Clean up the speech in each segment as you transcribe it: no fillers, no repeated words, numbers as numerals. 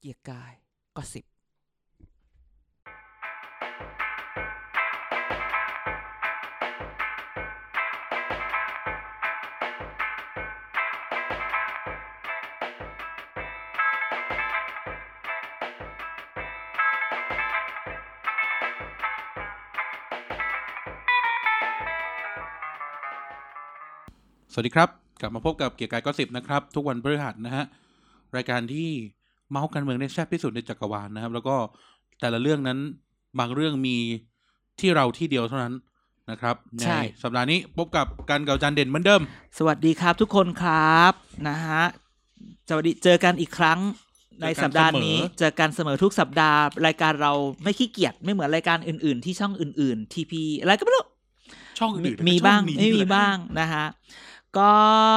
เกียร์กายก็10 สวัสดีครับกลับมาพบกับเกียร์กายก็10นะครับทุกวันพฤหัสนะฮะรายการที่เมาส์การเมืองได้แซ่บที่สุดในจักรวาลนะครับแล้วก็แต่ละเรื่องนั้นบางเรื่องมีที่เราที่เดียวเท่านั้นนะครับในสัปดาห์นี้พบกับกันกับอาจารย์เด่นเหมือนเดิมสวัสดีครับทุกคนครับนะฮะสวัสดีเจอกันอีกครั้งในสัปดาห์นี้เจอกันเสมอทุกสัปดาห์รายการเราไม่ขี้เกียจไม่เหมือนรายการอื่นๆที่ช่องอื่นๆ TP อะไรก็ไม่รู้ช่องอื่นมีบ้างไม่มีบ้างนะฮะก็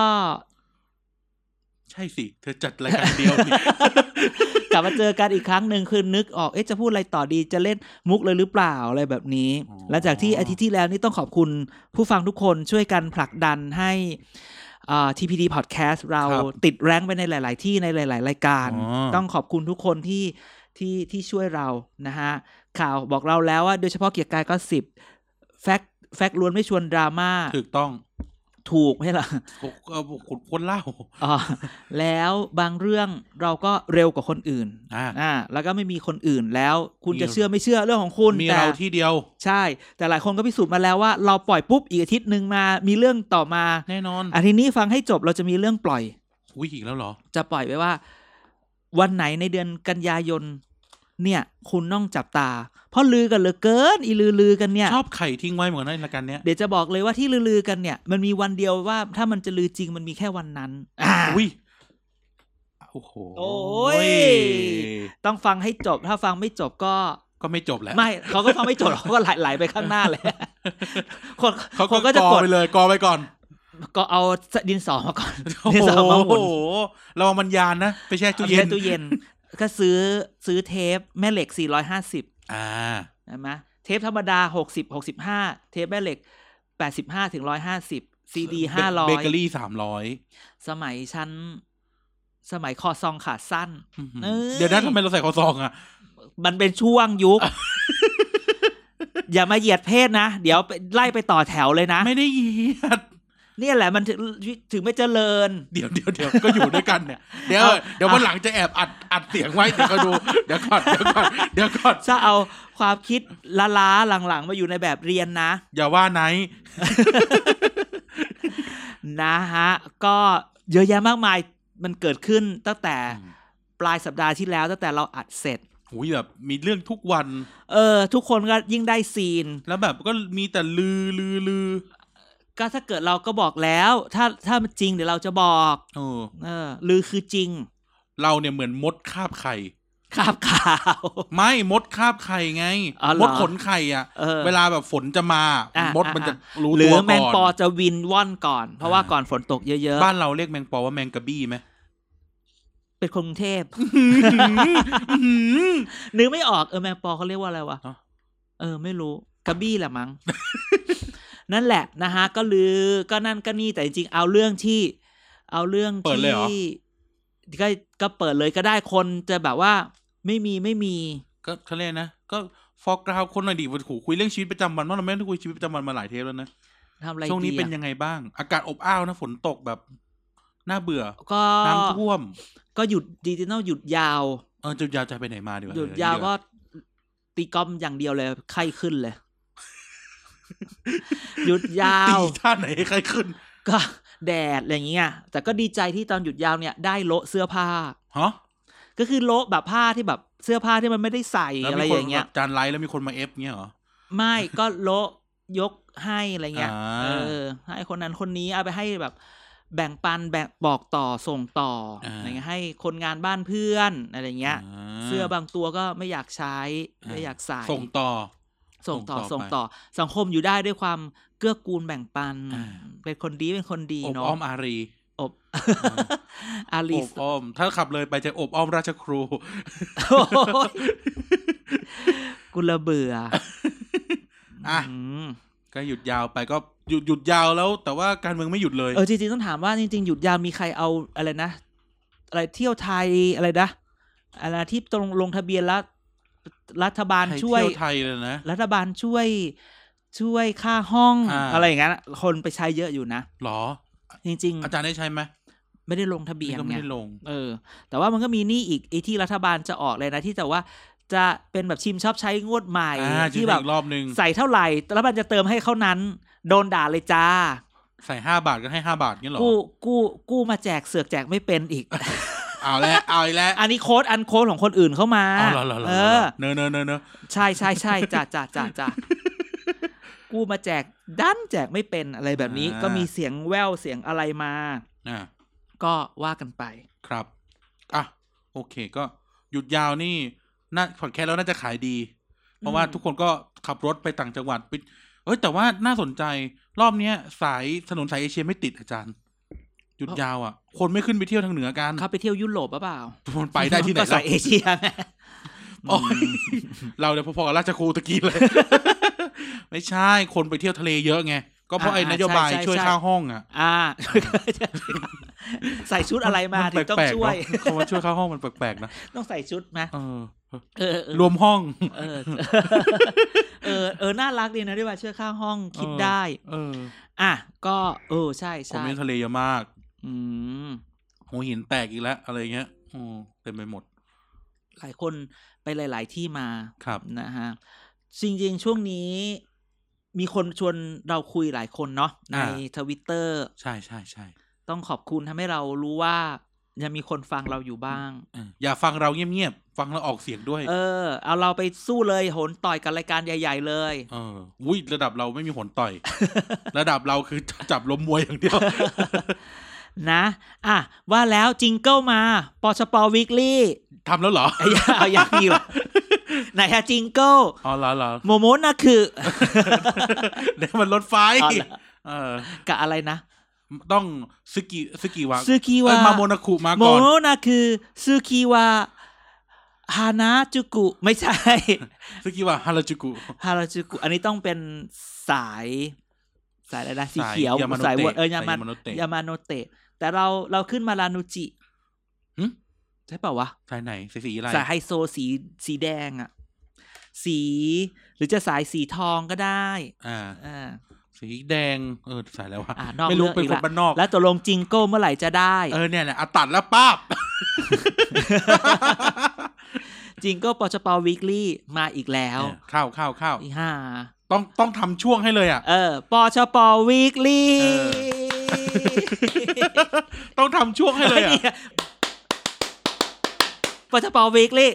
ใช่สิเธอจัดรายการเดียวกลับมาเจอกันอีกครั้งหนึ่งคือนึกออกจะพูดอะไรต่อดีจะเล่นมุกเลยหรือเปล่าอะไรแบบนี้หลังจากที่อาทิตย์ที่แล้วนี่ต้องขอบคุณผู้ฟังทุกคนช่วยกันผลักดันให้TPD Podcast เราติดแรงค์ไปในหลายๆที่ในหลายๆรายการต้องขอบคุณทุกคนที่ช่วยเรานะฮะข่าวบอกเราแล้วว่าโดยเฉพาะเกียร์กายก็10แฟกต์ล้วนไม่ชวนดราม่าถูกต้องถูกไหมล่ะคนเล่าแล้วบางเรื่องเราก็เร็วกว่าคนอื่นแล้วก็ไม่มีคนอื่นแล้วคุณจะเชื่อไม่เชื่อเรื่องของคุณมีเราที่เดียวใช่แต่หลายคนก็พิสูจน์มาแล้วว่าเราปล่อยปุ๊บอีกอาทิตย์นึงมามีเรื่องต่อมาแน่นอนอาทิตย์นี้ฟังให้จบเราจะมีเรื่องปล่อยอีกแล้วเหรอจะปล่อยไว้ว่าวันไหนในเดือนกันยายนเนี่ยคุณต้องจับตาเพราะลือกันเหลือเกินลือกันเนี่ยชอบไข่ทิ้งไว้เหมือนในรายการเนี้ยเดี๋ยวจะบอกเลยว่าที่ลือกันเนี่ยมันมีวันเดียวว่าถ้ามันจะลือจริงมันมีแค่วันนั้นโอ้โหต้องฟังให้จบถ้าฟังไม่จบก็ไม่จบแหละไม่เขาก็ฟังไม่จบเขาก็ไหลไปข้างหน้าเลยคนก็จะกอไปเลยกอไปก่อนก็เอาดินสอมาก่อนดินสอมาหมุนเรามันยานนะไปแช่ตู้เย็นก็ซื้อเทปแม่เหล็ก450ใช่ไหมเทปธรรมดา60 65เทปแม่เหล็ก85ถึง150ซีดี500 เบเกอรี่300 สมัยคอซองขาสั้นเดี๋ยวนั้นทำไมเราใส่คอซองอ่ะมันเป็นช่วงยุค อย่ามาเหยียดเพศนะเดี๋ยวไล่ไปต่อแถวเลยนะไม่ได้เหยียดเนี่ยแหละมันถึงไม่เจริญเดี๋ยวก็อยู่ด้วยกันเนี่ยเดี๋ยววันหลังจะแอบอัดเสียงไว้เดี๋ยวก็ดูเดี๋ยวก่อนถ้าเอาความคิดล้าหลังๆมาอยู่ในแบบเรียนนะอย่าว่าไหนนะฮะก็เยอะแยะมากมายมันเกิดขึ้นตั้งแต่ปลายสัปดาห์ที่แล้วตั้งแต่เราอัดเสร็จแบบมีเรื่องทุกวันทุกคนก็ยิ่งได้ซีนแล้วแบบก็มีแต่ลือก็ถ้าเกิดเราก็บอกแล้วถ้ามันจริงเดี๋ยวเราจะบอกลือคือจริงเราเนี่ยเหมือนมดคาบไข่คาบข่าวไม่มดคาบไข่ไงมดขนไข่อ่ะเวลาแบบฝนจะมามดมันจะรู้ตัวก่อนหรือแมงปอจะวินว่อนก่อนเพราะว่าก่อนฝนตกเยอะๆบ้านเราเรียกแมงปอว่าแมงกะบี้ไหมเป็นคนกรุงเทพนึกไม่ออกแมงปอเขาเรียกว่าอะไรวะไม่รู้กะบี้แหละมั้งนั่นแหละนะฮะก็ลือก็นั่นก็นี่แต่จริงๆเอาเรื่องที่ก็เปิดเลยก็ได้คนจะแบบว่าไม่มีก็เขาเรียกนะก็ฟอกกราวคนหน่อยดิโอ้โหคุยเรื่องชีวิตประจำวันเพราะเราไม่ได้คุยชีวิตประจำวันมาหลายเทปแล้วนะทำอะไรช่วงนี้เป็นยังไงบ้างอากาศอบอ้าวนะฝนตกแบบน่าเบื่อก็น้ำท่วมก็หยุดดิจิทัลหยุดยาวหยุดยาวจะไปไหนมาดีวะหยุดยาวก็ตีกอล์ฟอย่างเดียวเลยไข้ขึ้นเลยหยุดยาวตีท่าไหนใครขึ้นก็แดดอะไรอย่างเงี้ยแต่ก็ดีใจที่ตอนหยุดยาวเนี่ยได้โละเสื้อผ้าก็คือโละแบบผ้าที่แบบเสื้อผ้าที่มันไม่ได้ใส่อะไรอย่างเงี้ยจานไลท์แล้วมีคนมาเอฟเงี้ยเหรอไม่ก็โละยกให้อะไรเงี้ยให้คนนั้นคนนี้เอาไปให้แบบแบ่งปันบอกต่อส่งต่ออะไรเงี้ยให้คนงานบ้านเพื่อนอะไรเงี้ยเสื้อบางตัวก็ไม่อยากใช้ไม่อยากใส่ส่งต่อสังคมอยู่ได้ด้วยความเกื้อกูลแบ่งปันเป็นคนดีเนาะอ้อมอารีอารีอ้อมถ้าขับเลยไปจะอบอ้อมราชครูกุละเบื่อก็หยุดยาวไปก็หยุดยาวแล้วแต่ว่าการเมืองไม่หยุดเลยจริงๆต้องถามว่าจริงๆหยุดยาวมีใครเอาอะไรนะอะไรเที่ยวไทยอะไรนะอะไรที่ตรงลงทะเบียนแล้วรัฐบาลช่วยไทยเลยนะรัฐบาลช่วยค่าห้องอะไรอย่างเงี้ยคนไปใช้เยอะอยู่นะหรอจริงๆอาจารย์ได้ใช้ไหมไม่ได้ลงทะเบียนก็ไม่ได้ลงแต่ว่ามันก็มีนี่อีกไอ้ที่รัฐบาลจะออกเลยนะที่แต่ว่าจะเป็นแบบชิมชอบใช้งวดใหม่ที่แบบรอบนึงใส่เท่าไหร่แล้วมันจะเติมให้เขานั้นโดนด่าเลยจ้าใส่5 บาทก็ให้5 บาทงี้หรอกู้มาแจกเสือกแจกไม่เป็นอีกเอาแล้วอันนี้โค้ดของคนอื่นเข้ามาเนอะใช่จ้ากู้มาแจกดันแจกไม่เป็นอะไรแบบนี้ก็มีเสียงแว่วเสียงอะไรมาก็ว่ากันไปครับโอเคก็หยุดยาวนี่น่าพอดแคสต์แล้วน่าจะขายดีเพราะว่าทุกคนก็ขับรถไปต่างจังหวัดแต่ว่าน่าสนใจรอบนี้ถนนสายเอเชียไม่ติดอาจารย์หยุดยาวคนไม่ขึ้นไปเที่ยวทางเหนือกันเขาไปเที่ยวยุโรปเปล่ามันไปได้ที่ไหนก็สายเอเชียแม่เราเนี่ยพอๆกับราชครูตะกี้เลย ไม่ใช่คนไปเที่ยวทะเลเยอะไงก็เพราะไอ้นโยบายช่วยค่าห้องใส่ชุดอะไรมาถึงต้องช่วยเขาว่าช่วยค่าห้องมันแปลกๆนะต้องใส่ชุดไหมรวมห้องน่ารักดีนะที่ว่าช่วยค่าห้องคิดได้ก็ใช่คนไปทะเลเยอะมากหัวหินแตกอีกแล้วอะไรเงี้ยเต็มไปหมดหลายคนไปหลายๆที่มาครับนะฮะจริงๆช่วงนี้มีคนชวนเราคุยหลายคนเนาะใน Twitter ใช่ต้องขอบคุณทำให้เรารู้ว่ายังมีคนฟังเราอยู่บ้างอย่าฟังเราเงียบๆฟังเราออกเสียงด้วยเอาเราไปสู้เลยโหนต่อยกับรายการใหญ่ๆเลยระดับเราไม่มีโหนต่อย ระดับเราคือจับล้มมวยอย่างเดียวนะว่าแล้วจิงเกิลมาปชปวีคลี่ทำแล้วเหรออยากอยู่ไหนฮะจิงเกิลเหรอโมโมนะคือเดี๋ยวมันรถไฟกับอะไรนะต้องซึกิวะมาโมนาคุมาก่อนโมโมนะคือซึกิวะฮานาจูกุไม่ใช่ซึกิวะฮาราจูกุอันนี้ต้องเป็นสายอะไรนะสีเขียวสายวัดยามาโนเตะแต่เราขึ้นมาลานูจิใช่เปล่าวะสายไหนสีอะไรสายไฮโซสีแดงสีหรือจะสายสีทองก็ได้สีแดงสายแล้ววะไม่รู้เป็นคนบ้านนอกแล้วตกลงจิงโก้เมื่อไหร่จะได้เนี่ยแหละตัดแล้วป๊าบจิงโก้ปชปวีคลี่มาอีกแล้วเข้าอีห่าต้องทำช่วงให้เลยปชปวีคลี่ต้องทำช่วงให้เลยปชปวีคลี่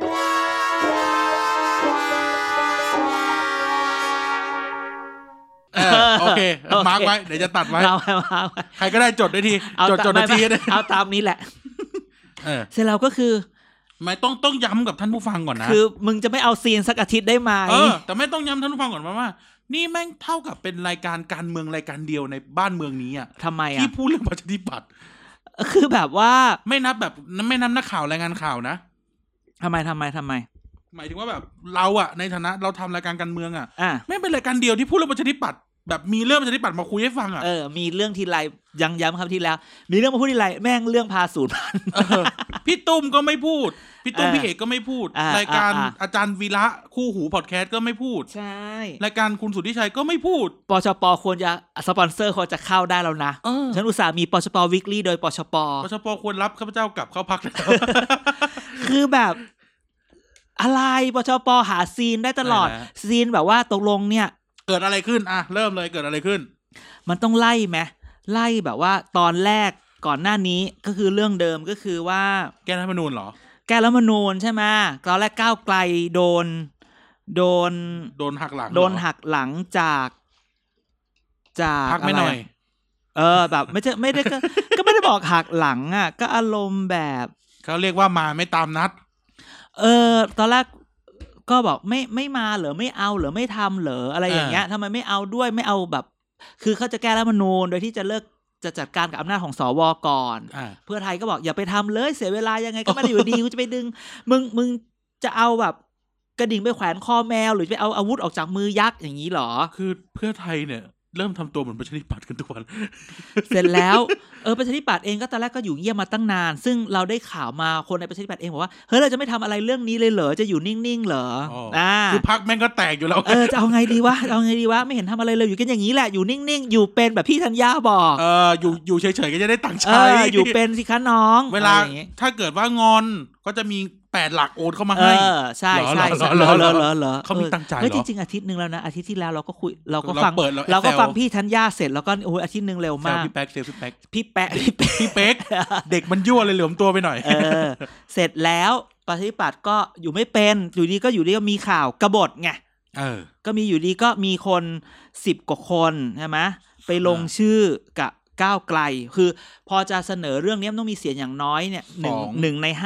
โอเคมาร์กไว้เดี๋ยวจะตัดไว้ใครก็ได้จดได้ทีจดนาทีได้เอาตามนี้แหละเสร็จแล้วก็คือไม่ต้องย้ำกับท่านผู้ฟังก่อนนะคือมึงจะไม่เอาซีนสักอาทิตย์ได้ไหมแต่ไม่ต้องย้ำท่านผู้ฟังก่อนว่านี่แม่งเท่ากับเป็นรายการการเมืองรายการเดียวในบ้านเมืองนี้ทำไมที่พูดเรื่องประชาธิปัตย์คือแบบว่าไม่นับนักข่าวรายงานข่าวนะทำไมหมายถึงว่าแบบเราในฐานะเราทำรายการการเมืองไม่เป็นรายการเดียวที่พูดเรื่องประชาธิปัตย์แบบมีเรื่องประชาธิปัตย์มาคุยให้ฟังมีเรื่องทีไรยังย้ำครับที่แล้วมีเรื่องมาพูดทีไรแม่งเรื่องพาสูตรพี่ตุ้มก็ไม่พูดพี่ตุ้มพี่เอกก็ไม่พูดรายการอาจารย์วีระคู่หูพอดแคสต์ก็ไม่พูดใช่รายการคุณสุทธิชัยก็ไม่พูดปชปควรจะสปอนเซอร์ควรจะเข้าได้แล้วนะฉันอุตส่าห์มีปชปวีคลี่โดยปชปควรรับข้าพเจ้ากลับเข้าพักแล้วคือแบบอะไรปชปหาซีนได้ตลอดซีนแบบว่าตกลงเนี่ยเกิดอะไรขึ้นเริ่มเลยเกิดอะไรขึ้นมันต้องไล่ไหมไล่แบบว่าตอนแรกก่อนหน้านี้ก็คือเรื่องเดิมก็คือว่าแก้รัฐธรรมนูญเหรอแก้รัฐธรรมนูญใช่ไหมตอนแรกก้าวไกลโดนหักหลังจากพักไม่หน่อยแบบไม่ได้ก็ไม่ได้บอกหักหลังก็อารมณ์แบบเขาเรียกว่ามาไม่ตามนัดตอนแรกก็บอกไม่มาเหรอไม่เอาเหรอไม่ทำเหรออะไรอย่างเงี้ยทำไมไม่เอาด้วยไม่เอาแบบคือเขาจะแก้รัฐธรรมนูญโดยที่จะจะจัดการกับอำนาจของสวก่อนเพื่อไทยก็บอกอย่าไปทำเลยเสียเวลายังไงก็ไม่ได้อยู่ดีกูจะไปดึงมึงจะเอาแบบกระดิ่งไปแขวนคอแมวหรือไปเอาอาวุธออกจากมือยักษ์อย่างนี้หรอคือเพื่อไทยเนี่ยเริ่มทำตัวเหมือนประชาธิปัตย์กันทุกวันเสร็จแล้วประชาธิปัตย์เองก็ตอนแรกก็อยู่เงียบมาตั้งนานซึ่งเราได้ข่าวมาคนในประชาธิปัตย์เองบอกว่าเฮ้ยเราจะไม่ทำอะไรเรื่องนี้เลยเหรอจะอยู่นิ่งๆเหรอคือพรรคแม่งก็แตกอยู่แล้วจะเอาไงดีวะไม่เห็นทำอะไรเลยอยู่กันอย่างนี้แหละอยู่นิ่งๆอยู่เป็นแบบพี่ธัญญาบอกอยู่เฉยๆก็จะได้ตังค์ใช้อยู่เป็นสิคะน้องเวลาถ้าเกิดว่างอนก็จะมี8 หลักโอนเข้ามาให้ใช่เหรอเขามีตังค์จ่ายเหรอจริงๆอาทิตย์นึงแล้วนะอาทิตย์ที่แล้วเราก็คุยเราก็ฟังพี่ธัญญาเสร็จแล้วก็โอ้ยอาทิตย์นึงเร็วมากพี่แป๊กเด็กมันยั่วเลยเหลื่อมตัวไปหน่อยเสร็จแล้วประชาธิปัตย์ก็อยู่ไม่เป็นอยู่ดีก็มีข่าวกบฏไงก็มีอยู่ดีก็มีคน10 กว่าคนใช่ไหมไปลงชื่อกับก้าวไกลคือพอจะเสนอเรื่องนี้ต้องมีเสียงอย่างน้อยเนี่ย1 ใน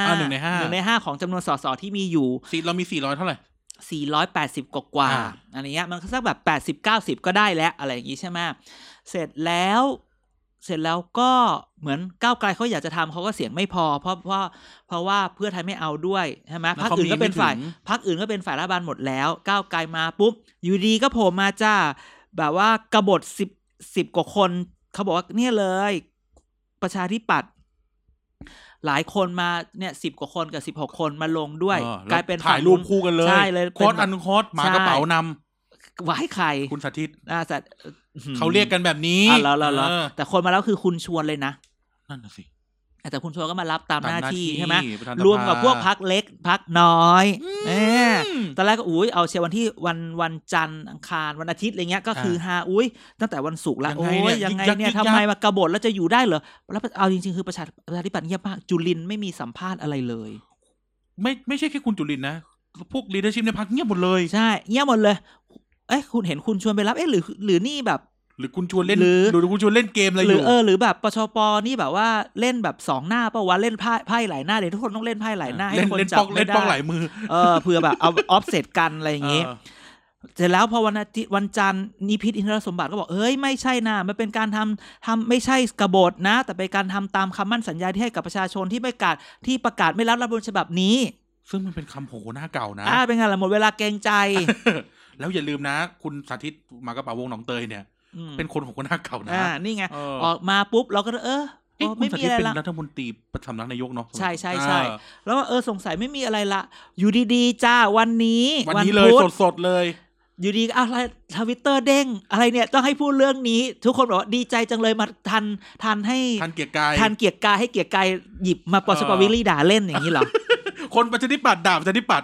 5ของจำนวนสสที่มีอยู่เรามี400เท่าไหร่ 480กว่าอะไรเงี้ยมันสักแบบ80-90ก็ได้แล้วอะไรอย่างงี้ใช่ไหมเสร็จแล้วก็เหมือนก้าวไกลเขาอยากจะทำเขาก็เสียงไม่พอเพราะว่าเพื่อไทยไม่เอาด้วยใช่ไหมพรรคอื่นก็เป็นฝ่ายรัฐบาลหมดแล้วก้าวไกลมาปุ๊บอยู่ดีก็โผล่มาจ้าแบบว่ากบฏ10 กว่าคนเขาบอกว่าเนี่ยเลยประชาธิปัตย์หลายคนมาเนี่ย10 กว่าคนกับ16 คนมาลงด้วยกลายเป็นถ่ายรูปคู่กันเลยใช่เลยโค้ดอันโค้ดหมากระเป๋านำไว้ใครคุณสาธิตเขาเรียกกันแบบนี้แต่คนมาแล้วคือคุณชวนเลยนะนั่นน่ะสิแต่คุณชวนก็มารับตามหน้าที่ใช่ไหมรวมกับพวกพรรคเล็กพรรคน้อยตอนแรกก็เอาเชียร์วันที่วันจันทร์อังคารวันอาทิตย์อะไรเงี้ยก็คือตั้งแต่วันศุกร์แล้วยังไงเนี่ยทำไมมากบฏแล้วจะอยู่ได้เหรอแล้วเอาจริงๆคือประชาธิปัตย์เงียบมากจุลินไม่มีสัมภาษณ์อะไรเลยไม่ใช่แค่คุณจุลินนะพวกลีดเดอร์ชิพในพรรคเงียบหมดเลยใช่เงียบหมดเลยคุณเห็นคุณชวนไปรับหรือนี่แบบหรือคุณชวนเล่นหรือคุณชวนเล่นเกมอะไรอยู่หรือแบบปชปนี่แบบว่าเล่นแบบ2 หน้าป่ะวะเล่นไพ่หลายหน้าเดี๋ยวทุกคนต้องเล่นไพ่หลายหน้าให้คนจับเล่นป้องหลายมือเผื่อแบบเอาออฟเซตกันอะไรอย่างงี้เสร็จแล้วพอวันจันทร์นิพิษอินทรสมบัติก็บอกไม่ใช่นะมันเป็นการทำไม่ใช่กบฏนะแต่เป็นการทำตามคำมั่นสัญญาที่ให้กับประชาชนที่ประกาศไม่รับรัฐธรรมนูญฉบับนี้ซึ่งมันเป็นคำโหหน้าเก่านะเป็นไงล่ะหมดเวลาเกรงใจแล้วอย่าลืมนะคุณสาธิตมากระเป๋าวงหนองเตยเนี่ยเป็นคนของคนหน้าเก่านะนี่ไงออกมาปุ๊บเราก็ไม่มีอะไรละเป็นรัฐมนตรีประจำสำนักนายกเนาะใช่แล้วสงสัยไม่มีอะไรละอยู่ดีๆจ้าวันนี้เลยสดๆเลยอยู่ดีอะไรTwitter เด้งอะไรเนี่ยต้องให้พูดเรื่องนี้ทุกคนบอกว่าดีใจจังเลยมาทันให้ทันเกียรติกายให้เกียรติกายหยิบมาปชปวิลลี่ด่าเล่นอย่างนี้เหรอคนประชาธิปัตย์ด่าประชาธิปัตย์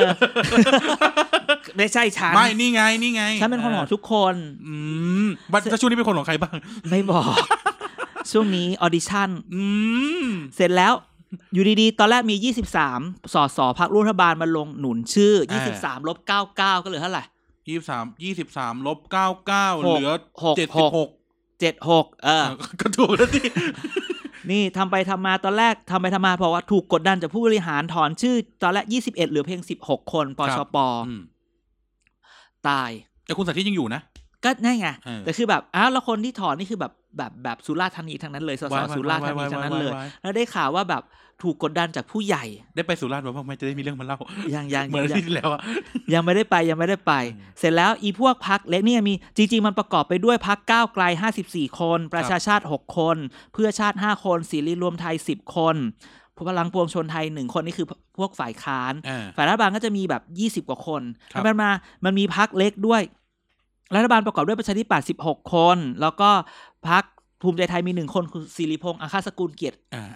ไม่ใช่ฉันไม่นี่ไงฉันเป็นคนของทุกคนช่วงนี้เป็นคนของใครบ้างไม่บอกช่วงนี้ออดิชั่นเสร็จแล้วอยู่ดีๆตอนแรกมี23 สสพรรครัฐบาลมาลงหนุนชื่อ23 ลบ 99ก็เหลือเท่าไหร่ 23 ลบ 99เหลือ76ก็ถูกแล้วสินี่ทำไปทำมาตอนแรกเพราะว่าถูกกดดันจากผู้บริหารถอนชื่อตอนแรก21เหลือเพียง16 คนปชป.ตายแต่คุณสาธิตยังอยู่นะก็นั่นไงแต่คือแบบแล้วคนที่ถอนนี่คือแบบสุราษฎร์ธานีทั้งนั้นเลยสสสุราษฎร์ธานีทั้งนั้นเลยแล้วได้ข่าวว่าแบบถูกกดดันจากผู้ใหญ่ได้ไปสุราษฎร์บ้างไหมจะได้มีเรื่องมาเล่ายังเหมือนที่แล้วยังไม่ได้ไปเสร็จแล้วอีพวกพรรคเล็กนี่มีจริงๆมันประกอบไปด้วยพรรคก้าวไกล54 คนประชาชาติ6 คนเพื่อชาติ5 คนเสรีรวมไทย10 คนพลังปวงชนไทย1 คนนี่คือพวกฝ่ายค้านฝ่ายรัฐบาลก็จะมีแบบ20 กว่าคนมันมีพรรคเล็กด้วยรัฐบาลประกอบด้วยประชาธิปัตย์16 คนแล้วก็พรรคภูมิใจไทยมี1 คนคือศิริพงษ์อาคาสกุลเกียรติ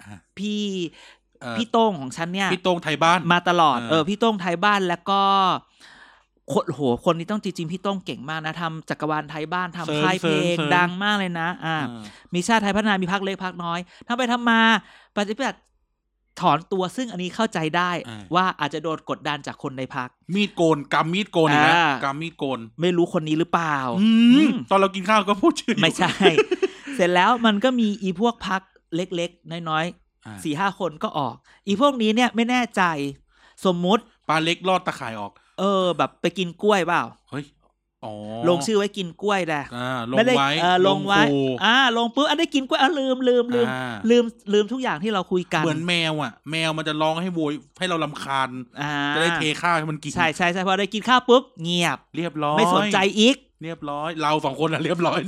พี่โต้งของฉันเนี่ยพี่โต้งไทยบ้านมาตลอดพี่โต้งไทยบ้านแล้วก็คนนี้ต้องจริงๆพี่โต้งเก่งมากนะทำจักรวาลไทยบ้านทำค่ายเพลงดังมากเลยนะมีชาติไทยพัฒนามีพรรคเล็กพรรคน้อยทำไปทำมาประชาธิปัตย์ถอนตัวซึ่งอันนี้เข้าใจได้ว่าอาจจะโดนกดดันจากคนในพรรคมีดโกนกำมีดโกนนะกำมีดโกนไม่รู้คนนี้หรือเปล่าตอนเรากินข้าวก็พูดชื่อไม่ใช่ เสร็จแล้วมันก็มีอีพวกพรรคเล็กๆน้อยๆ 4-5 คนก็ออกอีพวกนี้เนี่ยไม่แน่ใจสมมุติปลาเล็กลอดตะข่ายออกแบบไปกินกล้วยเปล่าเฮ้ยลงชื่อไว้กินกล้วยแหละลงไว้ลงไว้ลงปุ๊บได้กินกล้วยลืมทุกอย่างที่เราคุยกันเหมือนแมวแมวมันจะร้องให้โวยให้เรารำคาญจะได้เทข้าวให้มันกินใช่พอได้กินข้าวปุ๊บเงียบเรียบร้อยไม่สนใจอีกเรียบร้อยเราสองคนอะเรียบร้อยแน่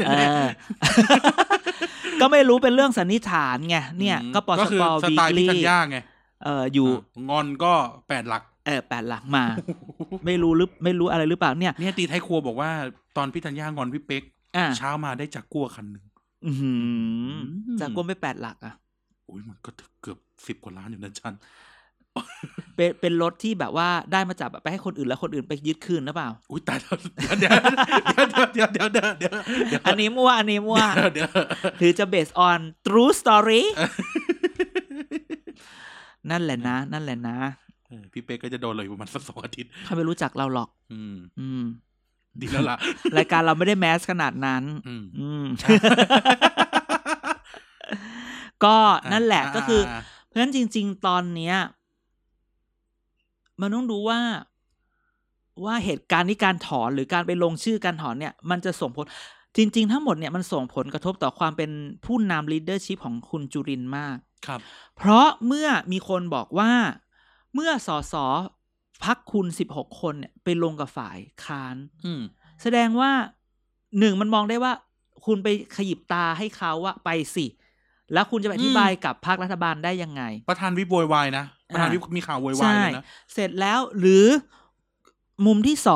ก็ไม่รู้เป็นเรื่องสันนิษฐานไงเนี่ยก็ปชก็คือปสวีไตคล์พี่ลี่ธัญญาไงอยู่งอนก็8 หลัก 8 หลักมา ไม่รู้อะไรหรือเปล่าเนี่ยเนี่ยตีไทยครัวบอกว่าตอนพี่ธัญญางอนพี่เป๊กเช้ามาได้จากกัวคันนึงจากกลมไป8 หลักอ่ะโอ้ยมันก็เกือบ10 กว่าล้านอยู่นะจันเป็นรถที่แบบว่าได้มาจากแบบไปให้คนอื่นแล้วคนอื่นไปยึดคืนหรือเปล่าอุ้ยตายเดี๋ยวอันนี้มั่วหรือจะ based on true story นั่นแหละนะพี่เป๊กก็จะโดนเลยประมาณสัก2 อาทิตย์เขาไม่รู้จักเราหรอกดีแล้วล่ะรายการเราไม่ได้แมสขนาดนั้นก็นั่นแหละก็คือเพราะฉะนั้นจริงๆตอนเนี้ยมันต้องดูว่าเหตุการณ์นี้การถอนหรือการไปลงชื่อการถอนเนี่ยมันจะส่งผลจริงๆทั้งหมดเนี่ยมันส่งผลกระทบต่อความเป็นผู้นำ leadership ของคุณจุรินทร์มากครับเพราะเมื่อมีคนบอกว่าเมื่อสสพรรคคุณ16 คนเนี่ยไปลงกับฝ่ายค้านแสดงว่า1มันมองได้ว่าคุณไปขยิบตาให้เขาว่าไปสิแล้วคุณจะไปอธิบายกับพรรครัฐบาลได้ยังไงประธานวิปโวยวายนะประธานวิปมีข่าวโวยวายเลยนะเสร็จแล้วหรือมุมที่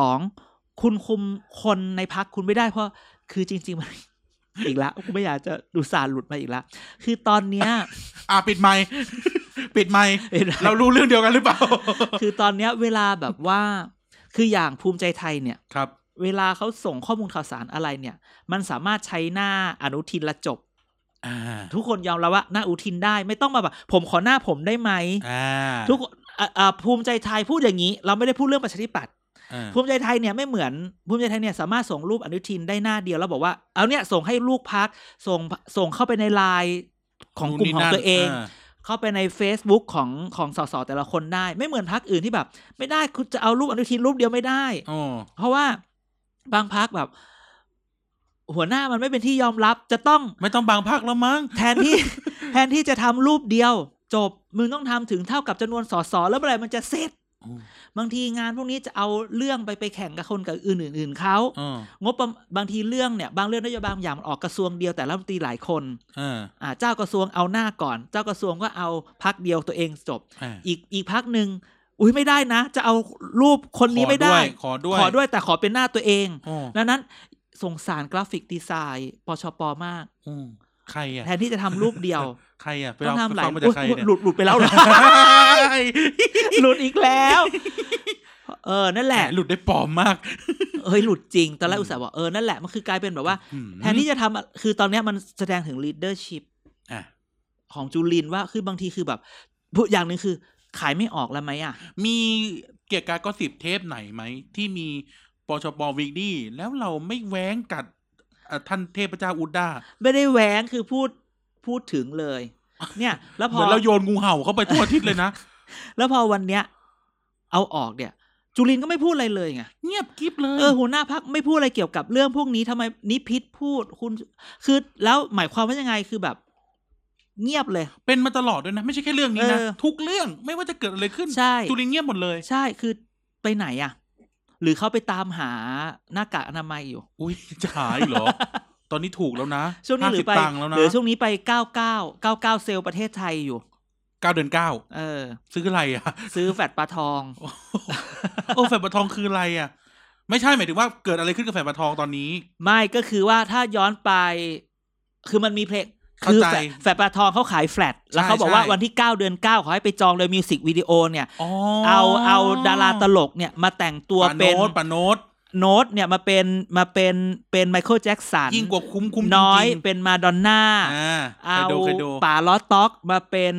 2คุณคุมคนในพรรคคุณไม่ได้เพราะคือจริงๆมันอีกแล้วกูไม่อยากจะดูสารหลุดมาอีกแล้วคือตอนเนี้ยปิดไมค์เรารู้เรื่องเดียวกันหรือเปล่าคือตอนเนี้ยเวลาแบบว่าคืออย่างภูมิใจไทยเนี่ยครับเวลาเขาส่งข้อมูลข่าวสารอะไรเนี่ยมันสามารถใช้หน้าอนุทินละจบทุกคนยอมรับว่าหน้าอนุทินได้ไม่ต้องมาแบบผมขอหน้าผมได้ไหมทุกภูมิใจไทยพูดอย่างนี้เราไม่ได้พูดเรื่องประชาธิปัตย์ภูมิใจไทยเนี่ยไม่เหมือนภูมิใจไทยเนี่ยสามารถส่งรูปอนุทินได้หน้าเดียวแล้วบอกว่าเอาเนี่ยส่งให้ลูกพรรคส่งเข้าไปในไลน์ของกลุ่มของตัวเองเข้าไปใน Facebook ของสสแต่ละคนได้ไม่เหมือนพรรคอื่นที่แบบไม่ได้คุณจะเอารูปอนุทินรูปเดียวไม่ได้เพราะว่าบางพรรคแบบหัวหน้ามันไม่เป็นที่ยอมรับจะต้องไม่ต้องบางพรรคแล้วมั้งแทนที่จะทำรูปเดียวจบมึงต้องทำถึงเท่ากับจำนวนสสแล้วเมื่อไหร่มันจะเสร็จบางทีงานพวกนี้จะเอาเรื่องไปแข่งกับคนกับอื่นเขางบบางทีเรื่องเนี่ยบางเรื่องนโยบายอย่างมันออกกระทรวงเดียวแต่รัฐมนตรีหลายคนเจ้ากระทรวงเอาหน้าก่อนเจ้ากระทรวงก็เอาพรรคเดียวตัวเองจบอีกพรรคนึงไม่ได้นะจะเอารูปคนนี้ไม่ได้ขอด้วยแต่ขอเป็นหน้าตัวเองดังนั้นสงสารกราฟิกดีไซน์ปชป.มากใครอ่ะแทนที่จะทำรูปเดียวใครอ่ะต้องทำหลายหลุดไปแล้วเหรอหลุดอีกแล้วนั่นแหละหลุดได้ปลอมมากหลุดจริงตอนแรกอุตส่าห์บอกนั่นแหละมันคือกลายเป็นแบบว่าแทนที่จะทำคือตอนนี้มันแสดงถึง leadership ของจุลินว่าคือบางทีคือแบบอย่างนึงคือขายไม่ออกแล้วไหมอ่ะมีเกี่ยวกับก็10 เทปไหนไหมที่มีปชป.วีคลี่แล้วเราไม่แว้งกัดท่านเทพเจ้าอุดดาไม่ได้แว้งคือพูดถึงเลยเนี่ยแล้วพอเราโยนงูเห่าเข้าไปทั่วทิศเลยนะแล้วพอวันเนี้ยเอาออกเนี่ยจุลินก็ไม่พูดอะไรเลยไงเงียบกิ๊บเลยหัวหน้าพรรคไม่พูดอะไรเกี่ยวกับเรื่องพวกนี้ทำไมนิพิษพูดคุณคือแล้วหมายความว่ายังไงคือแบบเงียบเลยเป็นมาตลอดด้วยนะไม่ใช่แค่เรื่องนี้นะทุกเรื่องไม่ว่าจะเกิดอะไรขึ้นจุลินเงียบหมดเลยใช่คือไปไหนอ่ะหรือเขาไปตามหาหน้ากากอนามัยอยู่อุ้ยจะหายเหรอ ตอนนี้ถูกแล้วนะช่วงนี้หรือไปช่วงนี้ไป99เซลล์ประเทศไทยอยู่ 9 เดือน 9ซื้ออะไรอ่ะซื้อแฟตปลาทองแฟตปลาทองคืออะไรอ่ะไม่ใช่หมายถึงว่าเกิดอะไรขึ้นกับแฟตปลาทองตอนนี้ไม่ก็คือว่าถ้าย้อนไปคือมันมีเพลงคือแฟตปลาทองเขาขายแฟลตแล้วเขาบอกว่าวันที่9 เดือน 9ขอให้ไปจองเลยมิวสิกวิดีโอเนี่ยเอาดาราตลกเนี่ยมาแต่งตัวเป็นปาโน้ตเนี่ยมาเป็นไมเคิลแจ็คสันยิ่งกว่าคุ้มน้อยเป็นมาดอนน่าเอาป่าล้อต็อกมาเป็น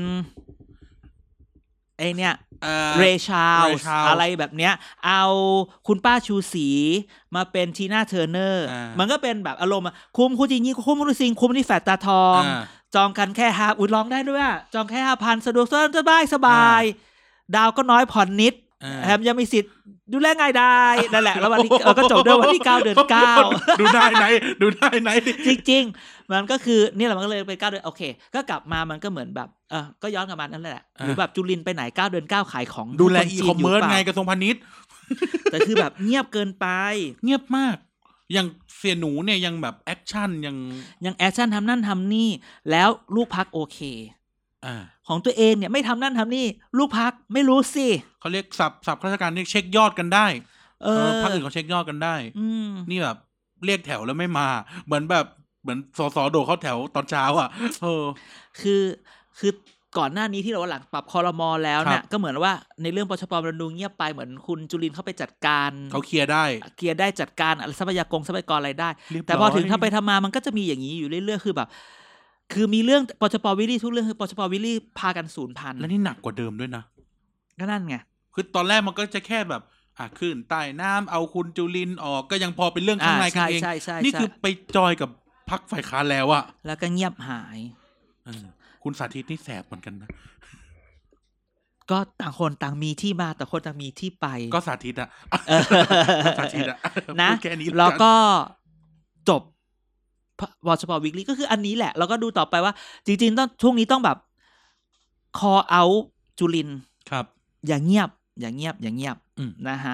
ไอเนี่ยเรชาลอะไรแบบเนี้ยเอาคุณป้าชูศรีมาเป็นทีน่าเทอร์เนอร์มันก็เป็นแบบอารมณ์คุ้มจริงๆคุ้มรู้สิงคุ้มที่แฟตตาทองจองกันแค่5ร้องได้ด้วยจองแค่ 5,000 สะดวกสบายดาวก็น้อยผ่อนนิดแถมยังมีสิทธิ์ดูแลง่ายได้นั่นแหละแล้ววันที่ก็จบด้วยวันที่9 เดือน 9 ดูได้ไหนจริงๆมันก็คือนี่แหละมันก็เลยไป9 เดือนโอเคก็กลับมามันก็เหมือนแบบก็ย้อนกลับมานั่นแหละหรือแบบจุลินไปไหน9 เดือน 9ขายของดูแลอีคอมเมิร์ซไงกระทรวงพาณิชย์แต่คือแบบเงียบเกินไปเงียบมากอย่างเสียหนูเนี่ยยังแบบแอคชั่นยังแอคชั่นทำนั่นทำนี่แล้วลูกพักโอเคของตัวเองเนี่ยไม่ทำนั่นทำนี่ลูกพักไม่รู้สิเขาเรียกสับข้าราชการเช็คยอดกันได้พรรคอื่นเขาเช็คยอดกันได้นี่แบบเรียกแถวแล้วไม่มาเหมือนสสโดดเข้าแถวตอนเช้าอ่ะคือก่อนหน้านี้ที่เราหลังปรับครม.แล้วเนี่ยก็เหมือนว่าในเรื่องปชป.มันดูเงียบไปเหมือนคุณจุลินทร์เข้าไปจัดการเขาเคลียร์ได้จัดการทรัพยากรอะไรได้แต่พอถึงถ้าไปทำมามันก็จะมีอย่างนี้อยู่เรื่อยๆคือแบบคือมีเรื่องปชป.วิลลี่ทุกเรื่องคือปชป.วิลลี่พากันสูญพันธุ์แล้วนี่หนักกว่าเดิมด้วยนะก็นั่นไงคือตอนแรกมันก็จะแค่แบบขึ้นใต้น้ำเอาคุณจุลินทร์ออกก็ยังพอเป็นเรื่องข้างในกันเองนี่คือไปจอยกับพรรคฝ่ายค้านแล้วอะแล้วก็เงียบหายคุณสาธิตนี่แสบเหมือนกันนะก็ต่างคนต่างมีที่มาแต่คนต่างมีที่ไปก็สาธิตอะสาธิตอะนะแล้วก็จบวอชปอวิกลี่ก็คืออันนี้แหละแล้วก็ดูต่อไปว่าจริงๆต้องช่วงนี้ต้องแบบ call out จุลินครับอย่าเงียบนะฮะ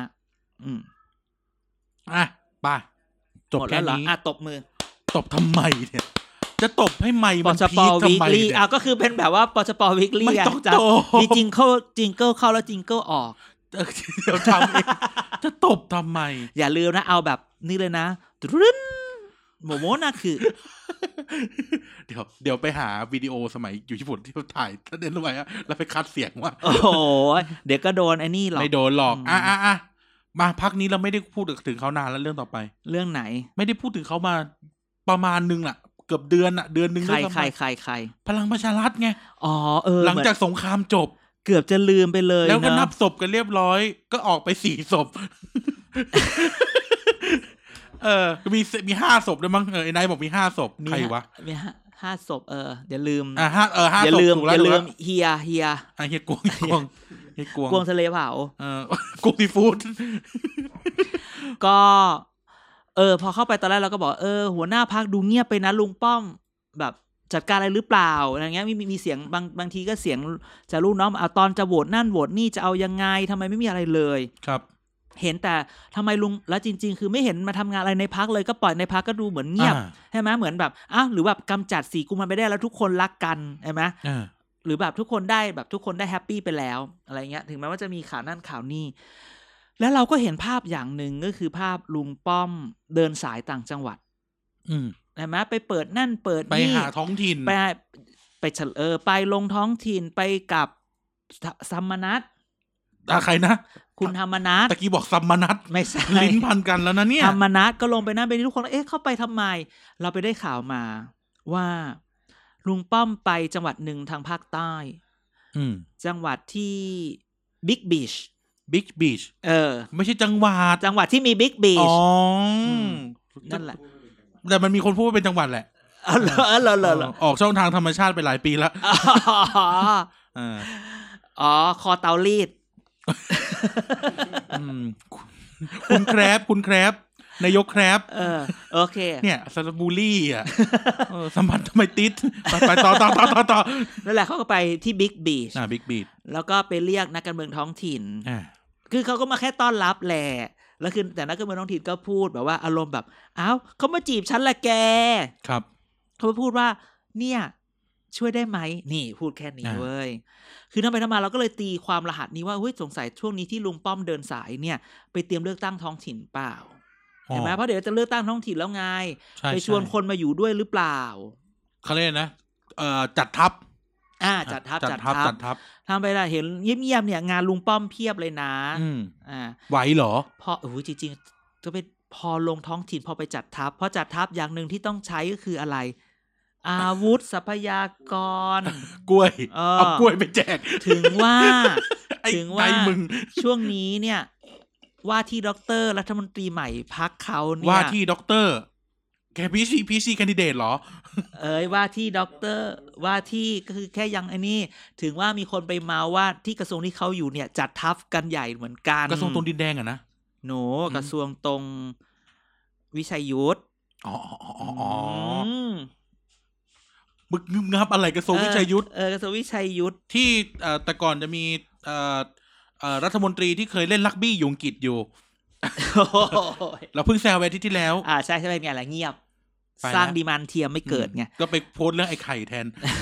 ป่ะจบแค่นี้ตบมือตบทำไมเนี่ยจะตบให้ไมค์มันพีคทำไมเนี่ยก็คือเป็นแบบว่าปชปวิกลี่ไม่ต้องจบมีจิงเกิลเข้าแล้วจิงเกิลออกเดี๋ยวทำเองจะตบทำไมอย่าลืมนะเอาแบบนี้เลยนะรึ้นโมโมนะคือเดี๋ยวไปหาวิดีโอสมัยอยู่ญี่ปุ่นที่เขาถ่ายท่านเด่นลงไปแล้วไปคัดเสียงว่าโอ้โหเดี๋ยวก็โดนไอ้นี่หรอกไม่โดนหรอกมาพักนี้เราไม่ได้พูดถึงเขานานแล้วเรื่องต่อไปเรื่องไหนไม่ได้พูดถึงเขามาประมาณนึงล่ะเกือบเดือนนึงใครพลังประชารัฐไงหลังจากสงครามจบเกือบจะลืมไปเลยแล้วก็นับศพกันเรียบร้อยก็ออกไป4 ศพมี5 ศพด้วยมั้งไอ้นายบอกมี5 ศพใครวะมี5 ศพอย่าลืม 5 อย่าลืมเฮียเฮียกวงทะเลเผากุ้งซีฟู้ดก็พอเข้าไปตอนแรกเราก็บอกหัวหน้าพรรคดูเงียบไปนะลุงป้อมแบบจัดการอะไรหรือเปล่าอะไรเงี้ยมีเสียงบางทีก็เสียงจากลูกน้องตอนจะโหวตนั่นโหวตนี่จะเอายังไงทำไมไม่มีอะไรเลยครับเห็นแต่ทำไมลุงแล้วจริงๆคือไม่เห็นมาทำงานอะไรในพรรคเลยก็ปล่อยในพรรคก็ดูเหมือนเงียบใช่ไหมเหมือนแบบหรือแบบกำจัด4 กุมภาพันธ์ไปได้แล้วทุกคนรักกันใช่ไหมหรือแบบทุกคนได้แฮปปี้ไปแล้วอะไรเงี้ยถึงแม้ว่าจะมีข่าวนั่นข่าวนี่แล้วเราก็เห็นภาพอย่างหนึ่งก็คือภาพลุงป้อมเดินสายต่างจังหวัดใช่ไหมไปเปิดนั่นเปิดนี่ไปหาท้องถิ่นไปลงท้องถิ่นไปกับสัมมนัสใครนะคุณธรรมนัสตะกี้บอกสัมมนัสไม่ใช่ลิ้นพันกันแล้วนะเนี่ยธรรมนัสก็ลงไปนั่นไปทุกคนเข้าไปทำไมเราไปได้ข่าวมาว่าลุงป้อมไปจังหวัดหนึ่งทางภาคใต้จังหวัดที่บิ๊กบีชไม่ใช่จังหวัดที่มีบิ๊กบีชนั่นแหละแต่มันมีคนพูดว่าเป็นจังหวัดแหละออกช่องทางธรรมชาติไปหลายปีแล้วคอเตารีดคุณแครบนายกแครบโอเคเนี่ยสระบุรีสัมพันธ์ทำไมติดไปต่อนั่นแหละเขาก็ไปที่บิ๊กบีชแล้วก็ไปเรียกนักการเมืองท้องถิ่นคือเขาก็มาแค่ต้อนรับแหละแล้วคือแต่นักการเมืองท้องถิ่นก็พูดแบบว่าอารมณ์แบบเขามาจีบฉันละแกครับเขาพูดว่าเนี่ยช่วยได้ไหมนี่พูดแค่นี้เว้ยคือทำไปทำมาเราก็เลยตีความรหัสนี้ว่าสงสัยช่วงนี้ที่ลุงป้อมเดินสายเนี่ยไปเตรียมเลือกตั้งท้องถิ่นเปล่าเห็นไหมเพราะเดี๋ยวจะเลือกตั้งท้องถิ่นแล้วไงไปชวนคนมาอยู่ด้วยหรือเปล่าเขาเรียกนะจัดทัพจัดทัพทำไปได้เห็นเงียบๆเนี่ยงานลุงป้อมเพียบเลยนะไหวเหรอพอจริงๆก็ไปพอลงท้องถิ่นพอไปจัดทัพเพราะจัดทัพอย่างหนึ่งที่ต้องใช้ก็คืออะไรอาวุธทรัพยากรกล้วยเอากล้วยไปแจกถึงว่าช่วงนี้เนี่ยว่าที่ด็อกเตอร์รัฐมนตรีใหม่พรรคเขาเนี่ยว่าที่ด็อกเตอร์แกพีซีแคนดิเดตเหรอว่าที่ด็อกเตอร์ว่าที่ก็คือแค่ยังไอ้นี่ถึงว่ามีคนไปมาว่าที่กระทรวงที่เขาอยู่เนี่ยจัดทัพกันใหญ่เหมือนกันกระทรวงตรงดินแดงอะนะกระทรวงตรงวิชัยยุทธมึกงับอะไรกระทรวงวิชัยยุทธกระทรวงวิชัยยุทธที่แต่ก่อนจะมีรัฐมนตรีที่เคยเล่นรักบี้อยู่อังกฤษอยู่เราเพิ่งแซวไปอาทิตย์ที่แล้วใช่ใช่เป็นไงล่ะเงียบไปแล้วสร้างดีมานด์เทียมไม่เกิดไงก็ไปโพสต์เรื่องไอ้ไข่แทน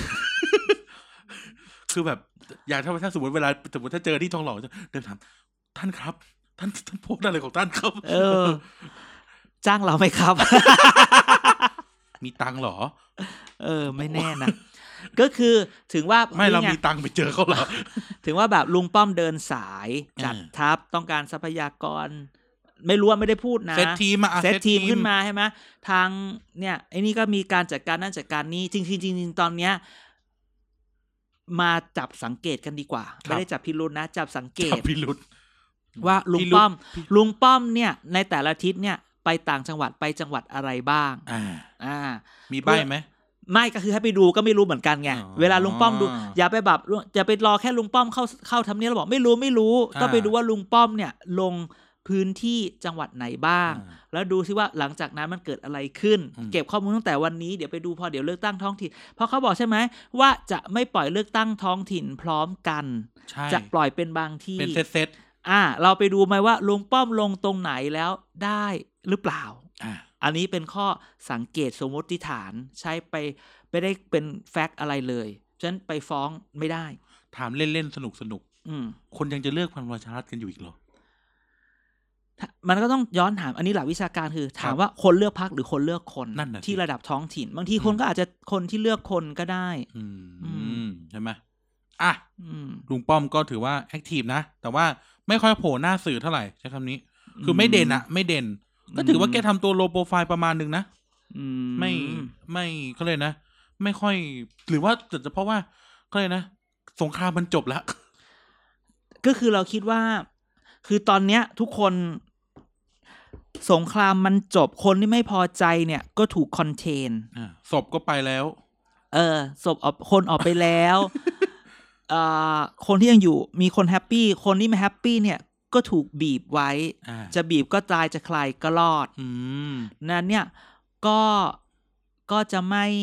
คือแบบอยากถ้าสมมติเวลาสมมติถ้าเจอที่ทองหล่อจะเดินถามท่านครับ ท่านโพสต์อะไรของท่านครับจ้างเราไหมครับมีตังค์เหรอไม่แน่นะ ก็คือถึงว่าไม่เรามีตังค์ไปเจอเขาเหรอถึงว่าแบบลุงป้อมเดินสายจัดทัพต้องการทรัพยากร ไม่รู้ว่าไม่ได้พูดนะเซตทีมมาเซตทีมขึ้นมาใช่ไหมทางเนี่ยไอ้นี่ก็มีการจัดการนั่นจัดการนี้จริงตอนเนี้ยมาจับสังเกตกันดีกว่าไม่ได้จับพิรุธนะจับสังเกตจับพิรุธว่าลุงป้อมเนี่ยในแต่ละทิศเนี่ยไปต่างจังหวัดไปจังหวัดอะไรบ้างมีใบ้ไหมไม่ก็คือให้ไปดูก็ไม่รู้เหมือนกันไงเวลาลุงป้อมดูอย่าไปแบบอย่าไปรอแค่ลุงป้อมเข้าทำเนียบแล้วบอกไม่รู้ก็ไปดูว่าลุงป้อมเนี่ยลงพื้นที่จังหวัดไหนบ้างแล้วดูซิว่าหลังจากนั้นมันเกิดอะไรขึ้นเก็บข้อมูลตั้งแต่วันนี้เดี๋ยวไปดูพอเดี๋ยวเลือกตั้งท้องถิ่นเพราะเขาบอกใช่ไหมว่าจะไม่ปล่อยเลือกตั้งท้องถิ่นพร้อมกันจะปล่อยเป็นบางที่เป็นเซตเราไปดูไหมว่าลุงป้อมลงตรงไหนแล้วได้หรือเปล่าอันนี้เป็นข้อสังเกตสมมติฐานใช้ไปไม่ได้เป็นแฟกต์อะไรเลยฉะนั้นไปฟ้องไม่ได้ถามเล่นๆสนุกคนยังจะเลือกพลังประชารัฐกันอยู่อีกเหรอมันก็ต้องย้อนถามอันนี้หลักวิชาการคือถามว่าคนเลือกพรรคหรือคนเลือกคนที่ระดับท้องถิ่นบางทีคนก็อาจจะคนที่เลือกคนก็ได้ใช่ไหมลุงป้อมก็ถือว่าแอคทีฟนะแต่ว่าไม่ค่อยโผล่หน้าสื่อเท่าไหร่ใช้คำนี้คือไม่เด่นไม่เด่นก็ถือว่าแกทำตัวโลโปรไฟล์ประมาณนึงนะไม่เขาเลยนะไม่ค่อยหรือว่าจะเพราะว่าเขาเลยนะสงครามมันจบแล้วก็คือเราคิดว่าคือตอนเนี้ยทุกคนสงครามมันจบคนที่ไม่พอใจเนี่ยก็ถูกคอนเทนศพก็ไปแล้วศพคนออกไปแล้วคนที่ยังอยู่มีคนแฮปปี้คนที่ไม่แฮปปี้เนี่ยก็ถูกบีบไว้จะบีบก็ตายจะคลายก็รอดนั้นเนี่ยก็จะ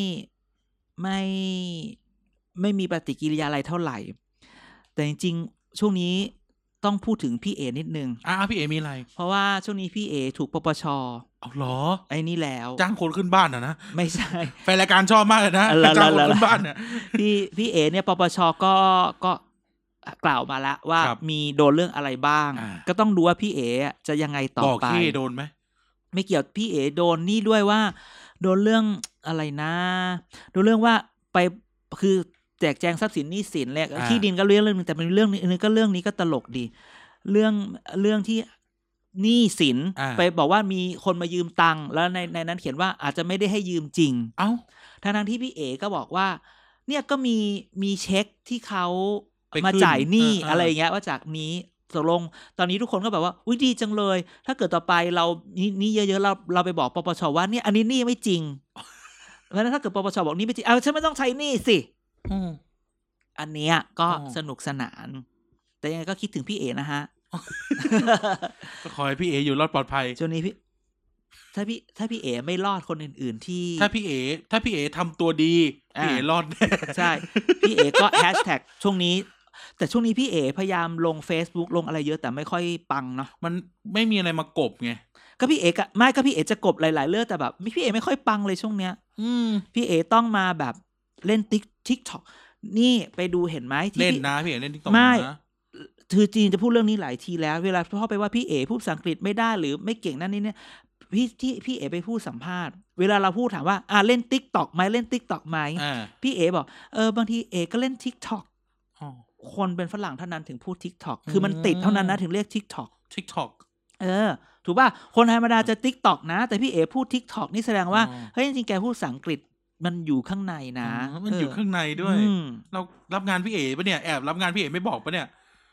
ไม่มีปฏิกิริยาอะไรเท่าไหร่แต่จริงๆช่วงนี้ต้องพูดถึงพี่เอนิดนึงพี่เอมีอะไรเพราะว่าช่วงนี้พี่เอถูกปปช. เอาเหรอไอ้นี่แล้วจ้างคนขึ้นบ้านนะไม่ใช่แฟนรายการชอบมากเลยนะจ้างคนขึ้นบ้านเนี่ยพี่เอเนี่ยปปช.ก็กล่าวมาแล้วว่ามีโดนเรื่องอะไรบ้างก็ต้องดูว่าพี่เอจะยังไงต่อไปบอกพี่โดนไหมไม่เกี่ยวพี่เอโดนนี่ด้วยว่าโดนเรื่องอะไรนะโดนเรื่องว่าไปคือแจกแจงทรัพย์สินหนี้สินแหละที่ดินก็เรื่องนึงแต่เป็นเรื่องนี้ก็เรื่องนี้ก็ตลกดีเรื่องที่หนี้สินไปบอกว่ามีคนมายืมตังค์แล้วในนั้นเขียนว่าอาจจะไม่ได้ให้ยืมจริงทั้งที่พี่เอก็บอกว่าเนี่ยก็มีเช็คที่เขามาจ่ายหนี้อะไรอย่างเงี้ยว่าจากนี้ตกลงตอนนี้ทุกคนก็แบบว่าอุ๊ยดีจังเลยถ้าเกิดต่อไปเรานี่เยอะๆเราไปบอกปปช.ว่าเนี่ยอันนี้หนี้ไม่จริงเพราะฉะนั้นถ้าเกิดปปช.บอกหนี้ไม่จริงฉันไม่ต้องใช้หนี้สิอันเนี้ยก็สนุกสนานแต่ยังไงก็คิดถึงพี่เอนะฮะก็ขอให้พี่เออยู่รอดปลอดภัยช่วงนี้ถ้าพี่เอไม่รอดคนอื่นๆที่ถ้าพี่เอทำตัวดีพี่เอรอดแน่ใช่พี่เอก็แฮชแท็กช่วงนี้แต่ช่วงนี้พี่เอพยายามลง Facebook ลงอะไรเยอะแต่ไม่ค่อยปังเนาะมันไม่มีอะไรมากบไงก็พี่เอก็พี่เอจะกบหลายๆเรื่องแต่แบบพี่เอไม่ค่อยปังเลยช่วงเนี้ยพี่เอต้องมาแบบเล่นTikTokนี่ไปดูเห็นไหมที่เล่นนะพี่เอเล่น TikTok ไม่คือจีนจะพูดเรื่องนี้หลายทีแล้วเวลาพ่อไปว่าพี่เอพูดภาษาอังกฤษไม่ได้หรือไม่เก่งนั่นนี่เนี่ยพี่เอไปพูดสัมภาษณ์เวลาเราพูดถามว่าเล่น TikTok มั้ยเล่น TikTok มั้ยพี่เอบอกบางทีเอก็เล่น TikTok คนเป็นฝรั่งเท่านั้นถึงพูด TikTok คือมันติดเท่านั้นนะถึงเรียก TikTok ถูกป่ะคนธรรมดาจะ TikTok นะแต่พี่เอพูด TikTok นี่แสดงว่าเฮ้ยจริงๆแกพูดภาษาอังกฤษมันอยู่ข้างในนะมันอยู่ข้างในด้วยเรารับงานพี่เอป่ะเนี่ยแอบรับงานพี่เอไม่บอกป่ะเนี่ย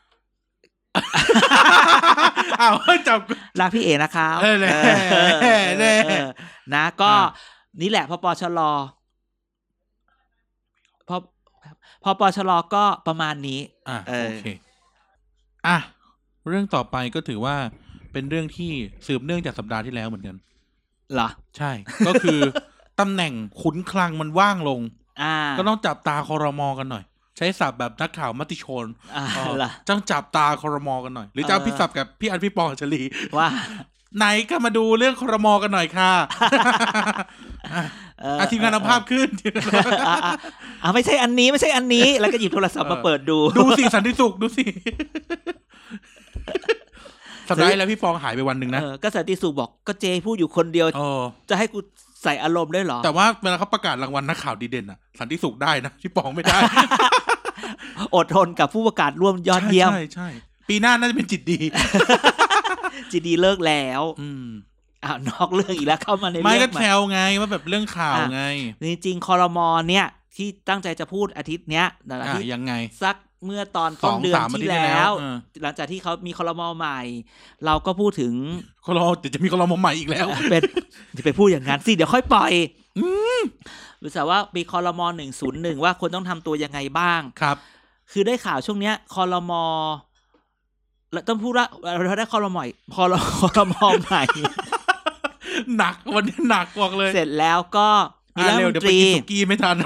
จับรักพี่เอนะครับนะก็นี่แหละพอปชรพอปชรก็ประมาณนี้โอเคเรื่องต่อไปก็ถือว่าเป็นเรื่องที่สืบเนื่องจากสัปดาห์ที่แล้วเหมือนกันเหรอใช่ก็คือตำแหน่งขุนคลังมันว่างลงก็ต้องจับตาครม.กันหน่อยใช้ศัพท์แบบนักข่าวมติชนล่ะจ้องจับตาครม.กันหน่อยหรือจะเอาพี่ศัพท์กับพี่อันพี่ปองชลีว่าไหนก็มาดูเรื่องครม.กันหน่อยค่ะทีมงานเอาภาพขึ้นไม่ใช่อันนี้ไม่ใช่อันนี้แล้วก็หยิบโทรศัพท์มาเปิดดูสิสันติสุขดูสิสัปดาห์แล้วพี่ปองหายไปวันหนึ่งนะก็สันติสุขบอกก็เจพูดอยู่คนเดียวจะให้กูใส่อารมณ์ได้หรอแต่ว่าเวลาเขาประกาศรางวัลนักข่าวดีเด่นอ่ะสันติสุขได้นะพี่ปองไม่ได้อดทนกับผู้ประกาศร่วมยอดเยี่ยมใช่ปีหน้าน่าจะเป็นจิตดีจิตดีเลิกแล้วนอกเรื่องอีกแล้วเข้ามาในเรื่องไม่ก็แซวไงว่าแบบเรื่องข่าวไงจริงๆครม.เนี่ยที่ตั้งใจจะพูดอาทิตย์เนี้ยยังไงสักเมื่อตอนต้นเดือนที่แล้วหลังจากที่เขามีครม.ใหม่เราก็พูดถึงครม.เดี๋ยวจะมีครม.ใหม่อีกแล้วจะไปพูดอย่างนั้นสิเดี๋ยวค่อยปล่อยรู้สึกว่ามีครม.101ว่าคนต้องทำตัวยังไงบ้างครับคือได้ข่าวช่วงเนี้ยครม.แล้วต้องพูดว่าเราได้ครม.ใหม่หนักวันนี้หนักกว่าเลยเสร็จแล้วก็มีรัฐมนตรีสุกี้ไม่ทัน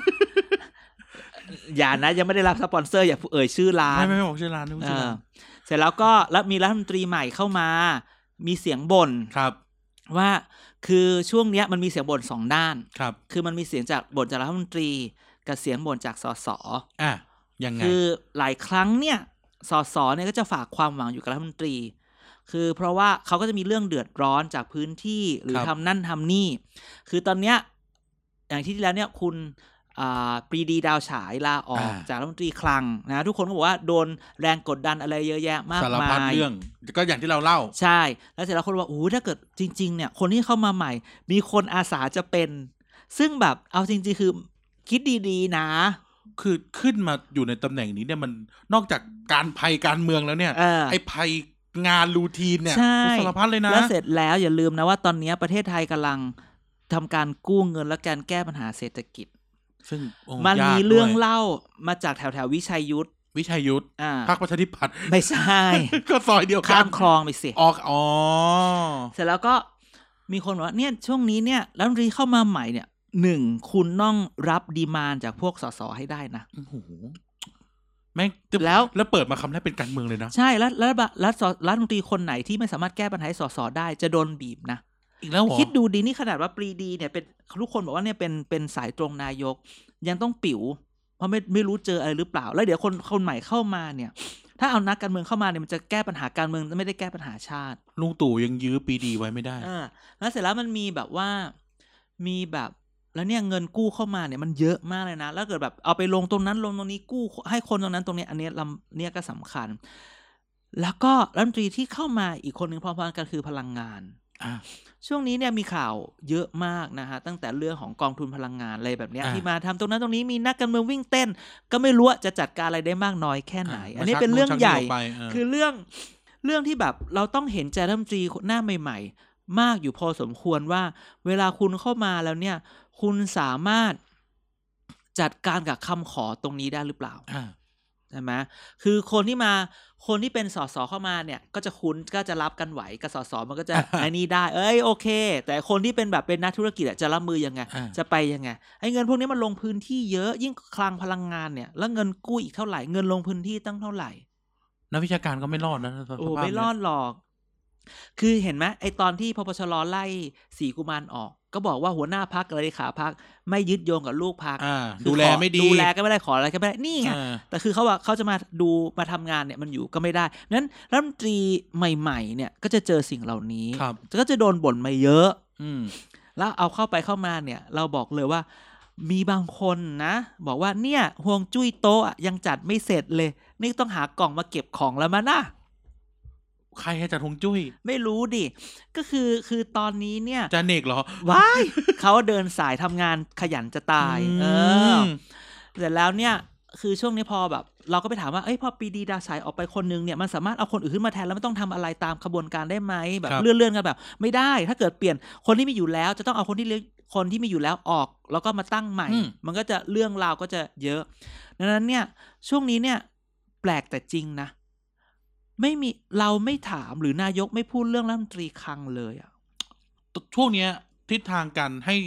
อย่านะยังไม่ได้รับสปอนเซอร์อย่าเอ่ยชื่อร้านไม่บอกชื่อร้านเสร็จแล้วก็แล้วมีรัฐมนตรีใหม่เข้ามามีเสียงบ่นครับว่าคือช่วงเนี้ยมันมีเสียงบ่น2ด้านครับคือมันมีเสียงจากบ่นจากรัฐมนตรีกับเสียงบ่นจากสสยังไงคือหลายครั้งเนี่ยสสเนี่ยก็จะฝากความหวังอยู่กับรัฐมนตรีคือเพราะว่าเขาก็จะมีเรื่องเดือดร้อนจากพื้นที่หรือทำนั่นทำนี่คือตอนเนี้ยอย่างที่แล้วเนี่ยคุณปรีดีดาวฉายลาออกจากรัฐมนตรีคลังนะทุกคนก็บอกว่าโดนแรงกดดันอะไรเยอะแยะมากมายสารพัดเรื่องก็อย่างที่เราเล่าใช่แล้วเสร็จแล้วคนว่าโอ้ถ้าเกิดจริงๆเนี่ยคนที่เข้ามาใหม่มีคนอาสาจะเป็นซึ่งแบบเอาจริงๆคือคิดดีๆนะคือขึ้นมาอยู่ในตำแหน่งนี้เนี่ยมันนอกจากการเมืองแล้วเนี่ยไอ้ภัยงานรูทีนเนี่ยสารพัดเลยนะแล้วเสร็จแล้วอย่าลืมนะว่าตอนนี้ประเทศไทยกำลังทำการกู้เงินและการแก้ปัญหาเศรษฐกิจซึ่งมันมีเรื่องเล่ามาจากแถววิชัยยุทธพรรคประชาธิปัตย์ไม่ใช่ก็ซอยเดียวกันข้ามคลองไปสิเสร็จแล้วก็มีคนบอกว่าเนี่ยช่วงนี้เนี่ยรัฐมนตรีเข้ามาใหม่เนี่ย1คุณต้องรับดีมานด์จากพวกสสให้ได้นะโอ้โหแม่งแล้วเปิดมาคำแรกเป็นการเมืองเลยนะใช่แล้วรัฐมนตรีคนไหนที่ไม่สามารถแก้ปัญหาสสได้จะโดนบีบนะอีกแล้วเหรอคิดดูดีนี่ขนาดว่าปรีดีเนี่ยเป็นทุกคนบอกว่าเนี่ยเป็นสายตรงนายกยังต้องปิ๋วเพราะไม่รู้เจออะไรหรือเปล่าแล้วเดี๋ยวคนใหม่เข้ามาเนี่ยถ้าเอานักการเมืองเข้ามาเนี่ยมันจะแก้ปัญหาการเมืองไม่ได้แก้ปัญหาชาติลุงตู่ยังยื้อปรีดีไว้ไม่ได้แล้วเสร็จแล้วมันมีแบบว่ามีแบบแล้วเนี่ยเงินกู้เข้ามาเนี่ยมันเยอะมากเลยนะแล้วเกิดแบบเอาไปลงตรงนั้นลงตรงนี้กู้ให้คนตรงนั้นตรงนี้อันนี้เนี่ยก็สำคัญแล้วก็รัฐมนตรีที่เข้ามาอีกคนนึงพร้อมๆกันคือพลังงานช่วงนี้เนี่ยมีข่าวเยอะมากนะฮะตั้งแต่เรื่องของกองทุนพลังงานอะไรแบบนี้ที่มาทำตรงนั้นตรงนี้มีนักการเมืองวิ่งเต้นก็ไม่รู้จะจัดการอะไรได้มากน้อยแค่ไหนอันนี้เป็นเรื่องใหญ่คือเรื่องที่แบบเราต้องเห็นใจรัฐมนตรีหน้าใหม่ๆมากอยู่พอสมควรว่าเวลาคุณเข้ามาแล้วเนี่ยคุณสามารถจัดการกับคำขอตรงนี้ได้หรือเปล่าใช่ไหมคือคนที่เป็นสสเข้ามาเนี่ยก็จะคุ้นก็จะรับกันไหวกับสสมันก็จะ ไอ้นี่ได้โอเคแต่คนที่เป็นแบบเป็นนักธุรกิจจะรับมือยังไงจะไปยังไงไอ้เงินพวกนี้มันลงพื้นที่เยอะยิ่งคลังพลังงานเนี่ยแล้วเงินกู้อีกเท่าไหร่เงินลงพื้นที่ตั้งเท่าไหร่นักวิชาการก็ไม่รอดนะไม่รอดหรอกคือเห็นไหมไอ้ตอนที่พปชรไล่สีกุมารออกก็บอกว่าหัวหน้าพรรคเลขาพรรคไม่ยึดโยงกับลูกพรรคดูแลไม่ดีดูแลก็ไม่ได้ขออะไรก็ไม่ได้นี่ไงแต่คือเขาว่าเขาจะมาดูมาทำงานเนี่ยมันอยู่ก็ไม่ได้นั้นรัฐมนตรีใหม่ๆเนี่ยก็จะเจอสิ่งเหล่านี้ก็จะโดนบ่นมาเยอะแล้วเอาเข้ามาเนี่ยเราบอกเลยว่ามีบางคนนะบอกว่าเนี่ยห่วงจุ้ยโต๊ะยังจัดไม่เสร็จเลยนี่ต้องหากล่องมาเก็บของแล้วมานะใครให้จัดฮวงจุ้ยไม่รู้ดิก็คือตอนนี้เนี่ยจะเนกเหรอว้ายเขาเดินสายทำงานขยันจะตายเสร็จแล้วเนี่ยคือช่วงนี้พอแบบเราก็ไปถามว่าพอปีดีดาฉายออกไปคนนึงเนี่ยมันสามารถเอาคนอื่นขึ้นมาแทนแล้วไม่ต้องทำอะไรตามขบวนการได้ไหมแบบเลื่อนกันแบบไม่ได้ถ้าเกิดเปลี่ยนคนที่มีอยู่แล้วจะต้องเอาคนที่มีอยู่แล้วออกแล้วก็มาตั้งใหม่มันก็จะเรื่องราวก็จะเยอะดังนั้นเนี่ยช่วงนี้เนี่ยแปลกแต่จริงนะไม่มีเราไม่ถามหรือนายกไม่พูดเรื่องรัฐมนตรีคลังเลยอ่ะช่วงนี้ทิศทางการให้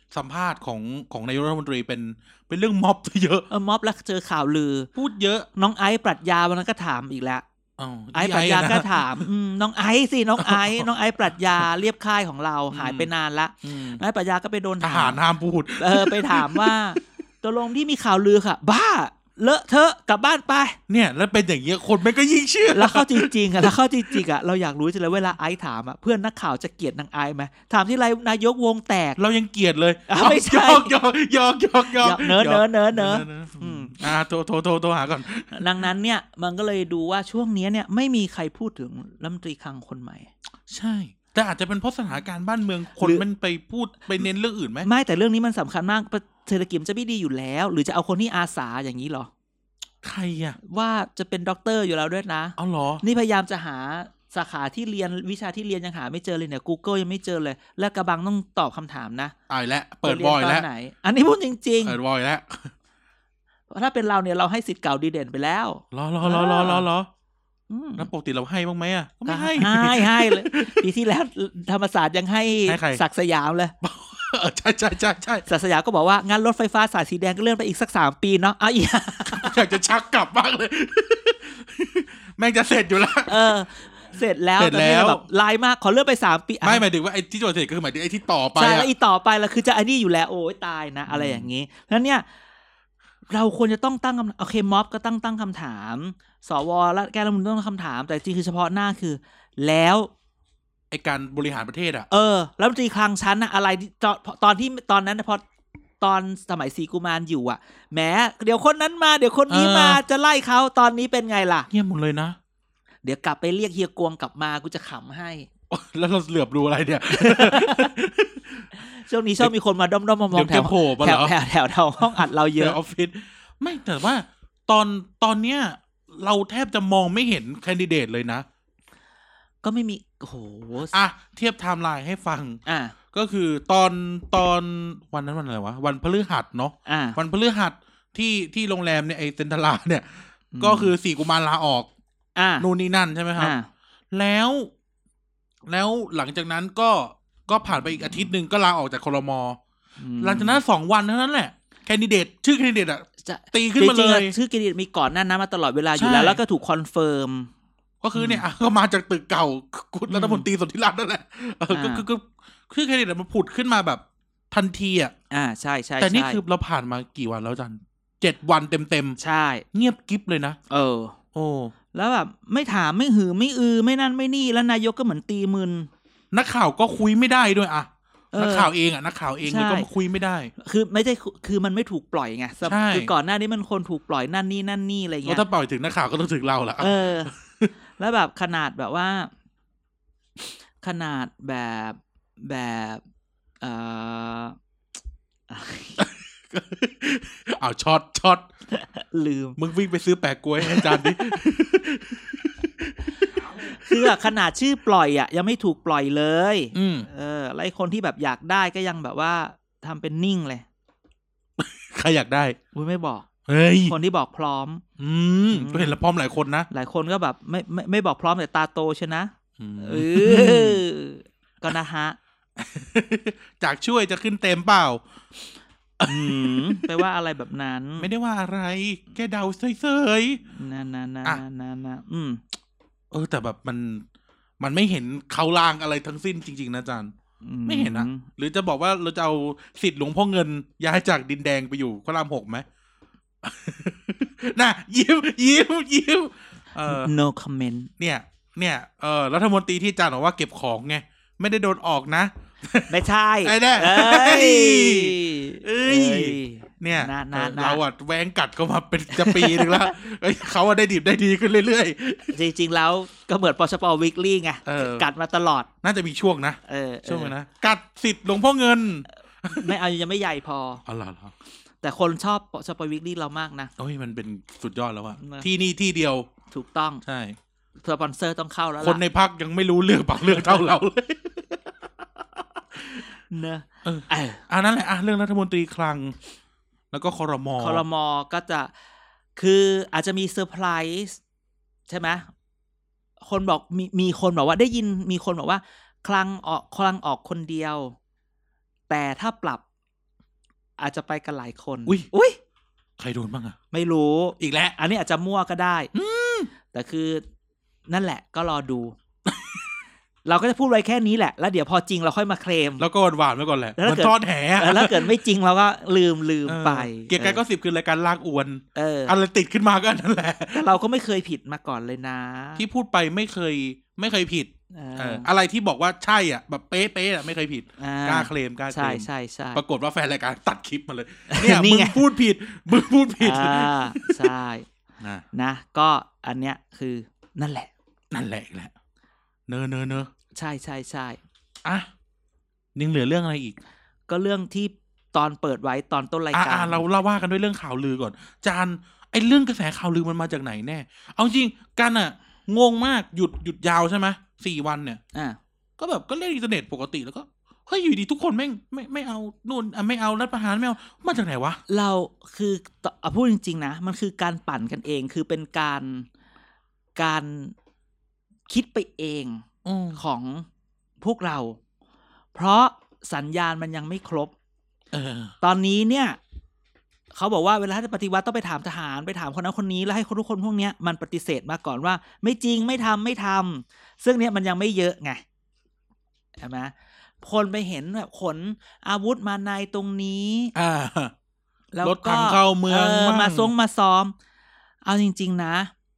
สัมภาษณ์ของนายกรัฐมนตรีเป็นเรื่องม็อบซะเยอะม็อบแล้วเจอข่าวลือพูดเยอะน้องไอซ์ปรัชญาวันนั้นก็ถามอีกแล้ว ไอซ์ปรัชญานะก็ถามน้องไอซ์สิน้องไอซ์ปรัชญาเรียบค่ายของเราหายไปนานละไอซ์ปรัชญาก็ไปโดนทหารห้ามพูดไปถามว่าตกลงที่มีข่าวลือค่ะบ้าเลอะเทอะกลับบ้านไปเนี่ยแล้วเป็นอย่างเงี้ยคนมันก็ยิ่งเชื่อแล้วเข้าจริงๆเราอยากรู้จังเลยเวลาไอซ์ถามเพื่อนนักข่าวจะเกลียดนางไอซ์ไหมถามที่ไรนายกวงแตกเรายังเกลียดเลยไม่ใช่ยอกเนิร์ดโทรหาก่อนดังนั้นเนี่ยมันก็เลยดูว่าช่วงนี้เนี่ยไม่มีใครพูดถึงรัฐมนตรีคลังคนใหม่ใช่แต่อาจจะเป็นเพราะสถานการณ์บ้านเมืองคนมันไปพูดไปเน้นเรื่องอื่นไหมไม่แต่เรื่องนี้มันสำคัญมากเศรษฐกิจจะไม่ดีอยู่แล้วหรือจะเอาคนที่อาสาอย่างนี้หรอใครอ่ะว่าจะเป็นด็อกเตอร์อยู่แล้วด้วยนะเอาเหรอนี่พยายามจะหาสาขาที่เรียนวิชาที่เรียนยังหาไม่เจอเลยเนี่ย Google ยังไม่เจอเลยและกระบังต้องตอบคำถามนะแล้วเปิดบอยแล้วอันนี้พูดจริงๆเปิดบอยแล้วถ้าเป็นเราเนี่ยเราให้สิทธิ์เก่าดีเด่นไปแล้วรอแล้วปกติเราให้บ้างไหมอ่ะก็ไม่ให้เลยปีที่แล้วธรรมศาสตร์ยังให้ศักดิ์สยามเลยใช่ศักดิ์สยามก็บอกว่างานรถไฟฟ้าสายสีแดงก็เลื่อนไปอีกสัก3 ปีเนาะเอาอีกอยากจะชักกลับบ้างเลยแม่งจะเสร็จอยู่แล้วเสร็จแล้วแบบลายมากขอเลื่อนไป3 ปีไม่หมายถึงว่าไอ้ที่จะเสร็จก็คือหมายถึงไอ้ที่ต่อไปใช่แล้วอีต่อไปแล้วคือจะไอ้นี่อยู่แล้วโอ้ยตายนะอะไรอย่างงี้แล้วเนี่ยเราควรจะต้องตั้งคำโอเคม็อบก็ตั้งคำถามสวและแก้รัฐธรรมนูญต้องตั้งคำถามแต่จริงคือเฉพาะหน้าคือแล้วไอ้การบริหารประเทศอ่ะรัฐมนตรีคลังชั้นอะอะไรตอนนั้นพอตอนสมัยศรีกุมารอยู่อ่ะแหมเดี๋ยวคนนั้นมาเดี๋ยวคนนี้มาจะไล่เขาตอนนี้เป็นไงล่ะเงียบหมดเลยนะเดี๋ยวกลับไปเรียกเฮียกวงกลับมากูจะขำให้แล้วเราเหลือบดูอะไรเนี่ยช่วงนี้ชอบมีคนมาด้อมๆมองๆแถวห้องอัดเราเยอะออฟฟิศไม่แต่ว่าตอนเนี้ยเราแทบจะมองไม่เห็นแคนดิเดตเลยนะก็ไม่มีโอ้โหเทียบไทม์ไลน์ให้ฟังก็คือตอนวันนั้นวันอะไรวะวันพฤหัสเนาะวันพฤหัสที่โรงแรมเนี่ยไอเซนทราเนี่ยก็คือ4 กุมารลาออกนู่นนี่นั่นใช่ไหมครับแล้วหลังจากนั้นก็ผ่านไปอีกอาทิตย์นึงก็ลาออกจากครม.หลังจากนั้น2 วันเท่านั้นแหละแคนดิเดตชื่อแคนดิเดตอ่ะตีขึ้นมาเลยชื่อแคนดิเดตมีก่อนหน้านั้นมาตลอดเวลาอยู่แล้วก็ถูกคอนเฟิร์มก็คือเนี่ยก็มาจากตึกเก่าคุณรัฐมนตรีสนธิรัตน์นั่นแหละก็คือแคนดิเดตมันผุดขึ้นมาแบบทันทีอ่ะใช่แต่นี่คือเราผ่านมากี่วันแล้วจัน7 วันเต็มใช่เงียบกิ๊บเลยนะโอ้แล้วแบบไม่ถามไม่หือไม่ไม่นั่นไม่นี่แล้วนายกก็เหมือนตีมึนนักข่าวก็คุยไม่ได้ด้วยนักข่าวเองเลยก็คุยไม่ได้คือไม่ใช่คือมันไม่ถูกปล่อยไงคือก่อนหน้านี้มันคนถูกปล่อยนั่นนี่อะไรเงี้ยถ้าปล่อยถึงนักข่าวก็ต้องถึงเราแหละแล้วแบบขนาดแบบว่าขนาดแบบเอาช็อตลืมมึงวิ่งไปซื้อแปะกล้วยให้อาจารย์ดิคือขนาดชื่อปล่อยยังไม่ถูกปล่อยเลยแล้วไอ้คนที่แบบอยากได้ก็ยังแบบว่าทำเป็นนิ่งเลยใครอยากได้ไม่บอกคนที่บอกพร้อมก็เห็นแล้วพร้อมหลายคนนะหลายคนก็แบบไม่บอกพร้อมแต่ตาโตใช่นะก็นะฮะจากช่วยจะขึ้นเต็มเปล่าไปว่าอะไรแบบนั้นไม่ได้ว่าอะไรแค่เดาเฉยๆนั่นแต่แบบมันไม่เห็นเขาลางอะไรทั้งสิ้นจริงๆนะอาจารย์ไม่เห็นนะหรือจะบอกว่าเราจะเอาสิทธิ์หลวงพ่อเงินย้ายจากดินแดงไปอยู่พระราม 6ไหมน่ะยิ้ม no comment เนี่ยรัฐมนตรีที่อาจารย์บอกว่าเก็บของไงไม่ได้โดนออกนะไม่ใช่เนี่ยเราแหวงกัดก็มาเป็นจะปีนึงแล้วเขาได้ดิบได้ดีขึ้นเรื่อยๆจริงๆแล้วก็เหมือนปชปวีคลี่ไงกัดมาตลอดน่าจะมีช่วงนะช่วงนะกัดสิทธิ์หลวงพ่อเงินไม่เอายังไม่ใหญ่พอแต่คนชอบปชปวีคลี่เรามากนะมันเป็นสุดยอดแล้วอะที่นี่ที่เดียวถูกต้องใช่สปอนเซอร์ต้องเข้าแล้วคนในพรรคยังไม่รู้เรื่องปักเรื่องเท่าเราเลยเนอะนั่นแหละเรื่องรัฐมนตรีคลังแล้วก็ครม. ก็จะคืออาจจะมีเซอร์ไพรส์ใช่ไหมคนบอกมีคนบอกว่าได้ยินมีคนบอกว่าคลังออกคนเดียวแต่ถ้าปรับอาจจะไปกันหลายคนอุ้ยใครโดนบ้างอะไม่รู้อีกแล้วอันนี้อาจจะมั่วก็ได้แต่คือนั่นแหละก็รอดู เราก็จะพูดไว้แค่นี้แหละแล้วเดี๋ยวพอจริงเราค่อยมาเคลมแล้วก็หวานไว้ก่อนแหละมันทอดแหแล้วเกิดไม่จริงเราก็ลืมไปเกียร์กายก็10คือรายการลากอวนอะไรติดขึ้นมาก็นั่นแหละแต่เราก็ไม่เคยผิดมาก่อนเลยนะที่พูดไปไม่เคยผิดอะไรที่บอกว่าใช่อ่ะแบบเป๊ะๆอ่ะไม่เคยผิดกล้าเคลมใช่ปรากฏว่าแฟนรายการตัดคลิปมาเลยเนี่ยมึงพูดผิดใช่นะก็อันเนี้ยคือนั่นแหละอีกแล้วเนอะใช่อ่ะยังเหลือเรื่องอะไรอีกก็เรื่องที่ตอนเปิดไว้ตอนต้นรายการเราว่ากันด้วยเรื่องข่าวลือก่อนจานไอ้เรื่องกระแสข่าวลือมันมาจากไหนแน่เอาจริงกันอ่ะงงมากหยุดยาวใช่ไหม4 วันเนี่ยก็แบบก็เล่นอินเทอร์เน็ตปกติแล้วก็เฮ้ยอยู่ดีทุกคนแม่งไม่เอานู่นไม่เอารัฐประหารไม่เอามาจากไหนวะเราคือพูดจริงๆนะมันคือการปั่นกันเองคือเป็นการคิดไปเองของพวกเราเพราะสัญญาณมันยังไม่ครบตอนนี้เนี่ยเขาบอกว่าเวลาจะปฏิวัติต้องไปถามทหารไปถามคนนั้นคนนี้แล้วให้ทุกคนพวกนี้มันปฏิเสธมาก่อนว่าไม่จริงไม่ทำซึ่งเนี้ยมันยังไม่เยอะไงใช่ไหมคนไปเห็นแบบขนอาวุธมาในตรงนี้แล้วรถถังเข้าเมืองมาซ้อมเอาจริงๆนะ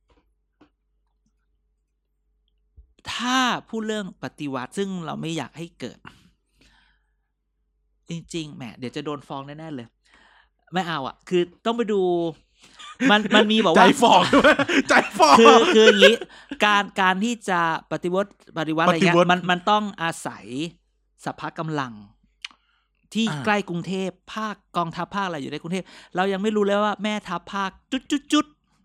ถ้าพูดเรื่องปฏิวัติซึ่งเราไม่อยากให้เกิดจริงๆแหมเดี๋ยวจะโดนฟ้องแน่ๆเลยไม่เอาอ่ะคือต้องไปดูมันมีบอกว่าใจฟ้องด้วยใจฟ้องคืออย่างนี้การที่จะปฏิวัติอะไรเงี้ยมันต้องอาศัยสภากำลังที่ใกล้กรุงเทพภาคกองทัพภาคอะไรอยู่ในกรุงเทพเรายังไม่รู้เลยว่าแม่ทัพภาคจุด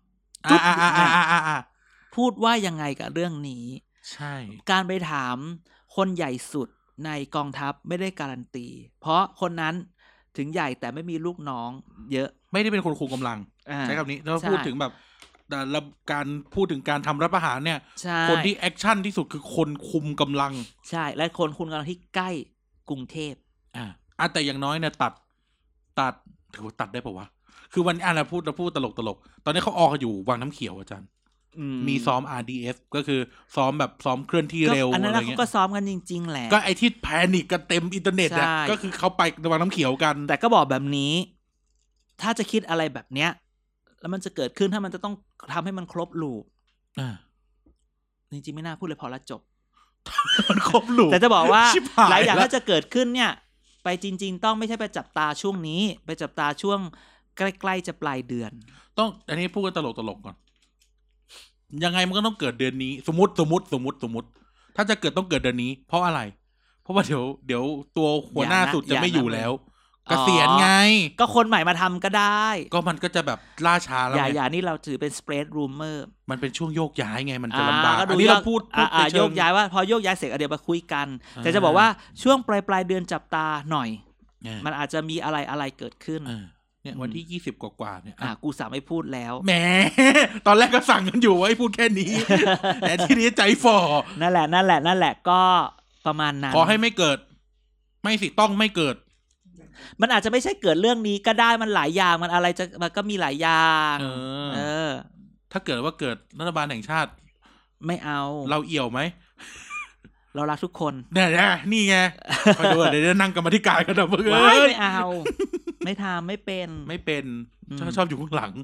พูดว่ายังไงกับเรื่องนี้ใช่การไปถามคนใหญ่สุดในกองทัพไม่ได้การันตีเพราะคนนั้นถึงใหญ่แต่ไม่มีลูกน้องเยอะไม่ได้เป็นคนคุมกำลังใช้คำนี้ถ้าพูดถึงแบบการพูดถึงการทำรัฐประหารเนี่ยคนที่แอคชั่นที่สุดคือคนคุมกำลังใช่และคนคุมกำลังที่ใกล้กรุงเทพแต่อย่างน้อยเนี่ยตัดถือว่าตัดได้ป่าวะคือวันเราพูดตลกตอนนี้เขาออกอยู่วังน้ำเขียวอาจารย์มีซ้อม RDF ก็คือซ้อมแบบซ้อมเคลื่อนที่เร็วอะไรเงี้ยอันนั้นเขาก็ซ้อมกันจริงๆแหละก็ไอที่แพนิคกันเต็มอินเทอร์เน็ตอ่ะก็คือเขาไปวังน้ำเขียวกันแต่ก็บอกแบบนี้ถ้าจะคิดอะไรแบบเนี้ยแล้วมันจะเกิดขึ้นถ้ามันจะต้องทำให้มันครบลูปจริงๆไม่น่าพูดเลยพอละจบมันครบลูปแต่จะบอกว่าหลายอย่างถ้าจะเกิดขึ้นเนี่ยไปจริงๆต้องไม่ใช่ไปจับตาช่วงนี้ไปจับตาช่วงใกล้ๆจะปลายเดือนต้องอันนี้พูดกันตลกก่อนยังไงมันก็ต้องเกิดเดือนนี้สมมติถ้าจะเกิดต้องเกิดเดือนนี้เพราะอะไรเพราะว่าเดี๋ยวตัวหัวหน้าสุดจะไม่อยู่แล้วเกษียณไงก็คนใหม่มาทำก็ได้ก็มันก็จะแบบล่าช้าแล้วอย่านี่เราถือเป็น spread rumor มันเป็นช่วงโยกย้ายไงมันจะลำบากอันนี้เราพูดโยกย้ายว่าพอโยกย้ายเสร็จเดี๋ยวมาคุยกันแต่จะบอกว่าช่วงปลายเดือนจับตาหน่อยมันอาจจะมีอะไรเกิดขึ้นเนี่ยวันที่20กว่าเนี่ยกูสั่งไม่พูดแล้วแหมตอนแรกก็สั่งกันอยู่ว่าให้พูดแค่นี้แต่ทีนี้ใจฝ่อนั่นแหละก็ประมาณนั้นขอให้ไม่เกิดไม่สิต้องไม่เกิดมันอาจจะไม่ใช่เกิดเรื่องนี้ก็ได้มันหลายอย่างมันอะไรจะมันก็มีหลายอย่างถ้าเกิดว่าเกิดรัฐบาลแห่งชาติไม่เอาเราเอี่ยวไหมเรารักทุกคนเนี่ยนี่ไงคอยดูเดี๋ยวนั่งกรรมธิการกันนะเพื่อนไม่เอาไม่ทำไม่เป็นชอบอยู่ข้างหลัง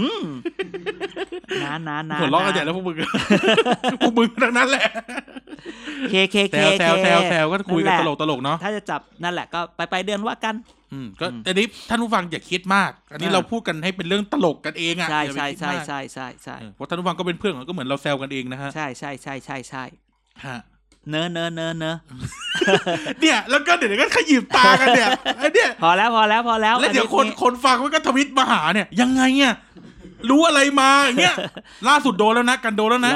นะหัวเราะกันใหญ่แล้วพวกมึงทั้งนั้นแหละเคแซวก็คุยกันตลกเนาะถ้าจะจับนั่นแหละก็ไปเดือนว่ากันก็อันนี้ท่านผู้ฟังอย่าคิดมากอันนี้เราพูดกันให้เป็นเรื่องตลกกันเองอ่ะใช่เพราะท่านผู้ฟังก็เป็นเพื่อนก็เหมือนเราแซวกันเองนะฮะใช่ฮะเนอะเนี่ยแล้วก็เดี๋ยวก็ขยิบตากันเนี่ยพอแล้วแล้วเดี๋ยวคนฟังมันก็ทวิตมาหาเนี่ยยังไงเนี่ยรู้อะไรมาเงี้ยล่าสุดโดนแล้วนะกันโดนแล้วนะ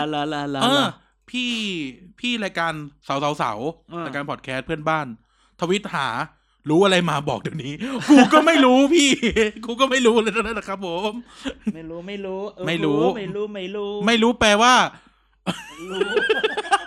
พี่รายการเสารายการพอดแคสต์เพื่อนบ้านทวิตหารู้อะไรมาบอกเดี๋ยวนี้กูก็ไม่รู้พี่กูก็ไม่รู้เลยนะครับผมไม่รู้แปลว่า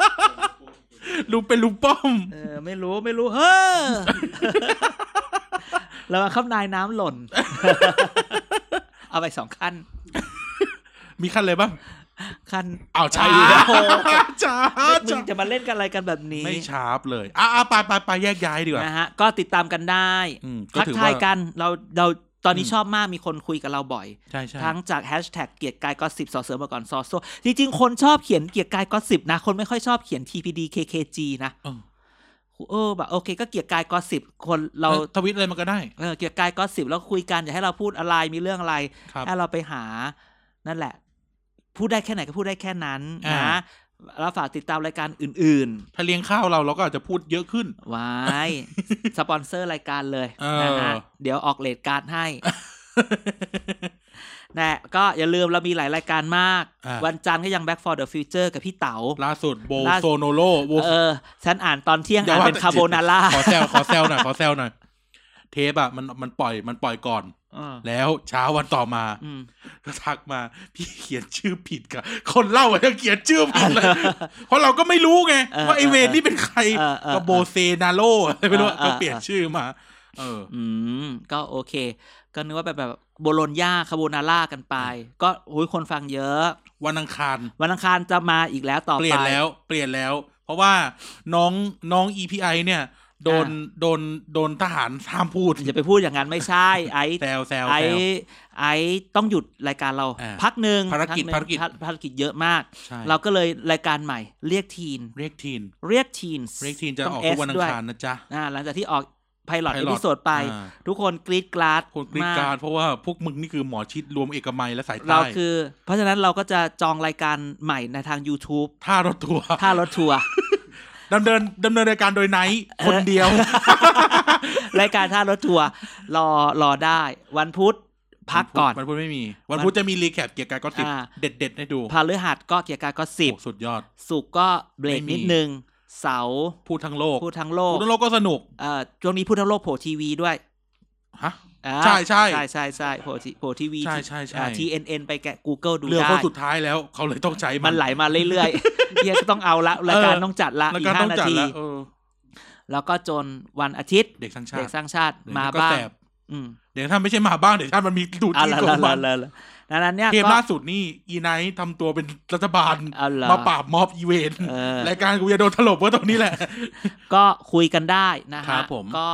ลุงเป็นลุงป้อมไม่รู้เฮ้อแล้วมาคำนายน้ำหล่น เอาไป2ขั้นมีขั้นเลยบ้างขั้นเอาช้าช้ามึงจะมาเล่นกันอะไรกันแบบนี้ไม่ชาร์ปเลยไปแยกย้ายดีกว่านะฮะก็ติดตามกันได้ทักทายกันเราตอนนี้ชอบมากมีคนคุยกับเราบ่อยทั้งจากแฮชแท็กเกียรติกายก็10สอเสือมาก่อนซอโซจริงๆคนชอบเขียนเกียรติกายก็10นะคนไม่ค่อยชอบเขียน TPD KKG นะแบบโอเคก็เกียรติกายก็10คนเราทวิตอะไรมันก็ได้เกียรติกายก็10แล้วคุยกันอยากให้เราพูดอะไรมีเรื่องอะไรให้เราไปหานั่นแหละพูดได้แค่ไหนก็พูดได้แค่นั้นนะแล้วฝากติดตามรายการอื่นๆถ้าเลี้ยงข้าวเราก็อาจจะพูดเยอะขึ้นว้ายสปอนเซอร์รายการเลยนะฮะเดี๋ยวออกเรทการ์ดให้นะก็อย่าลืมเรามีหลายรายการมากวันจันทร์ก็ยัง Back for the Future กับพี่เต๋าล่าสุดโบโซโนโลฉันอ่านตอนเที่ยงอ่านเป็นคาโบนาร่าขอแซวหน่อยเทปอ่ะมันปล่อยก่อนแล้วเช้าวันต่อมาก็ทักมาพี่เขียนชื่อผิดกับคนเล่าจะเขียนชื่อผิดเลยเพราะเราก็ไม่รู้ไงว่าไอเวรนี่เป็นใครก็โบเซนาโลอะไรไม่รู้ก็เปลี่ยนชื่อมาก็โอเคก็นึกว่าแบบโบโลญญาคาโบนาร่ากันไปก็โอ้ยคนฟังเยอะวันอังคารจะมาอีกแล้วต่อไปเปลี่ยนแล้วเพราะว่าน้อง EPI เนี่ยโดนทหารห้ามพูดอย่าไปพูดอย่างนั้นไม่ใช่ไอ้ต้องหยุดรายการเราพักนึงภารกิจเยอะมากเราก็เลยรายการใหม่เรียกทีนจะออกทุกวันอังคารนะจ๊ะหลังจากที่ออกไพลอตเอพิโซดไปทุกคนกรี๊ดกราดเพราะว่าพวกมึงนี่คือหมอชิดรวมเอกมัยและสายใต้เราคือเพราะฉะนั้นเราก็จะจองรายการใหม่ในทาง YouTube ท่ารถทัวร์ดำเนินรายการโดยไนท์คนเดียวรายการท่ารถทัวร์รอได้วันพุธพักก่อนวันพุธไม่มีวันพุธจะมีรีแคปเกียรติกายก็10เด็ดให้ดูพฤหัสก็เกียรติกายก็10 สุดยอดศุกร์ก็เบรกนิดนึงเสาร์พูดทั้งโลกก็สนุกช่วงนี้พูดทั้งโลกโผล่ทีวีด้วยฮะใช่โผล่ทีวีใช่ TNN ไปแกะ Google ดูได้เรื่องคนสุดท้ายแล้วเขาเลยต้องใช้มันไหลมาเรื่อยๆเฮียก็ต้องเอาละรายการต้องจัดละอีก5 นาทีแล้วก็จนวันอาทิตย์เด็กสร้างชาติมาบ้างเดี๋ยวถ้าไม่ใช่มาบ้างเดี๋ยวถ้ามันมีดูดที่กฎหมายนั้นเนี่ยเทปล่าสุดนี่อีไนท์ทำตัวเป็นรัฐบาลมาปราบม็อบอีเวนต์รายการกูจะโดนถล่มเพราะตรงนี้แหละก็คุยกันได้นะฮะก็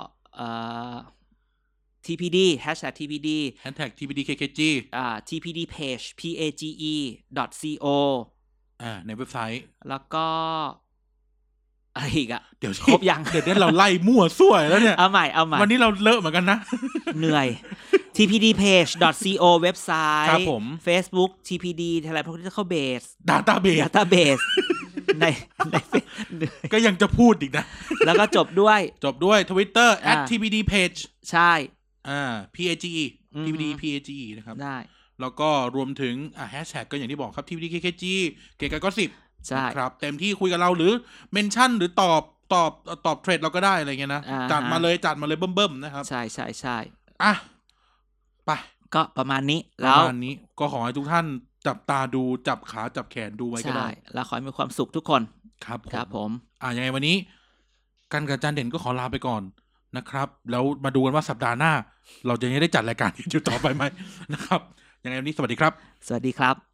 TPD #TPD #TPDKKG TPD page page.co ในเว็บไซต์แล้วก็อะไรอีกเดี๋ยวครบยังเดี๋ยวเราไล่มั่วซั่วแล้วเนี่ยเอาใหม่วันนี้เราเลอะเหมือนกันนะเหนื่อย tpdpage.co เว็บไซต์ครับผม Facebook TPD Thailand Political Base Database ในก็ยังจะพูดอีกนะแล้วก็จบด้วย Twitter @tpdpage ใช่ PAGE TPD นะครับได้แล้วก็รวมถึงแฮชแท็กก็อย่างที่บอกครับ TPDKKG เก๋ไก่ก็10ใช่ครับเต็มที่คุยกับเราหรือเมนชั่นหรือตอบเทรดเราก็ได้อะไรเงี้ยนะจัดมาเลยเบิ่มๆนะครับใช่อ่ะไปก็ประมาณนี้แล้วประมาณนี้ก็ขอให้ทุกท่านจับตาดูจับขาจับแขนดูไว้ก็ได้แล้วขอให้มีความสุขทุกคนครับผมยังไงวันนี้กันกับจันเด่นก็ขอลาไปก่อนนะครับแล้วมาดูกันว่าสัปดาห์หน้าเราจะได้จัดรายการอยู่ต่อไปไหมนะครับยังไงวันนี้สวัสดีครับ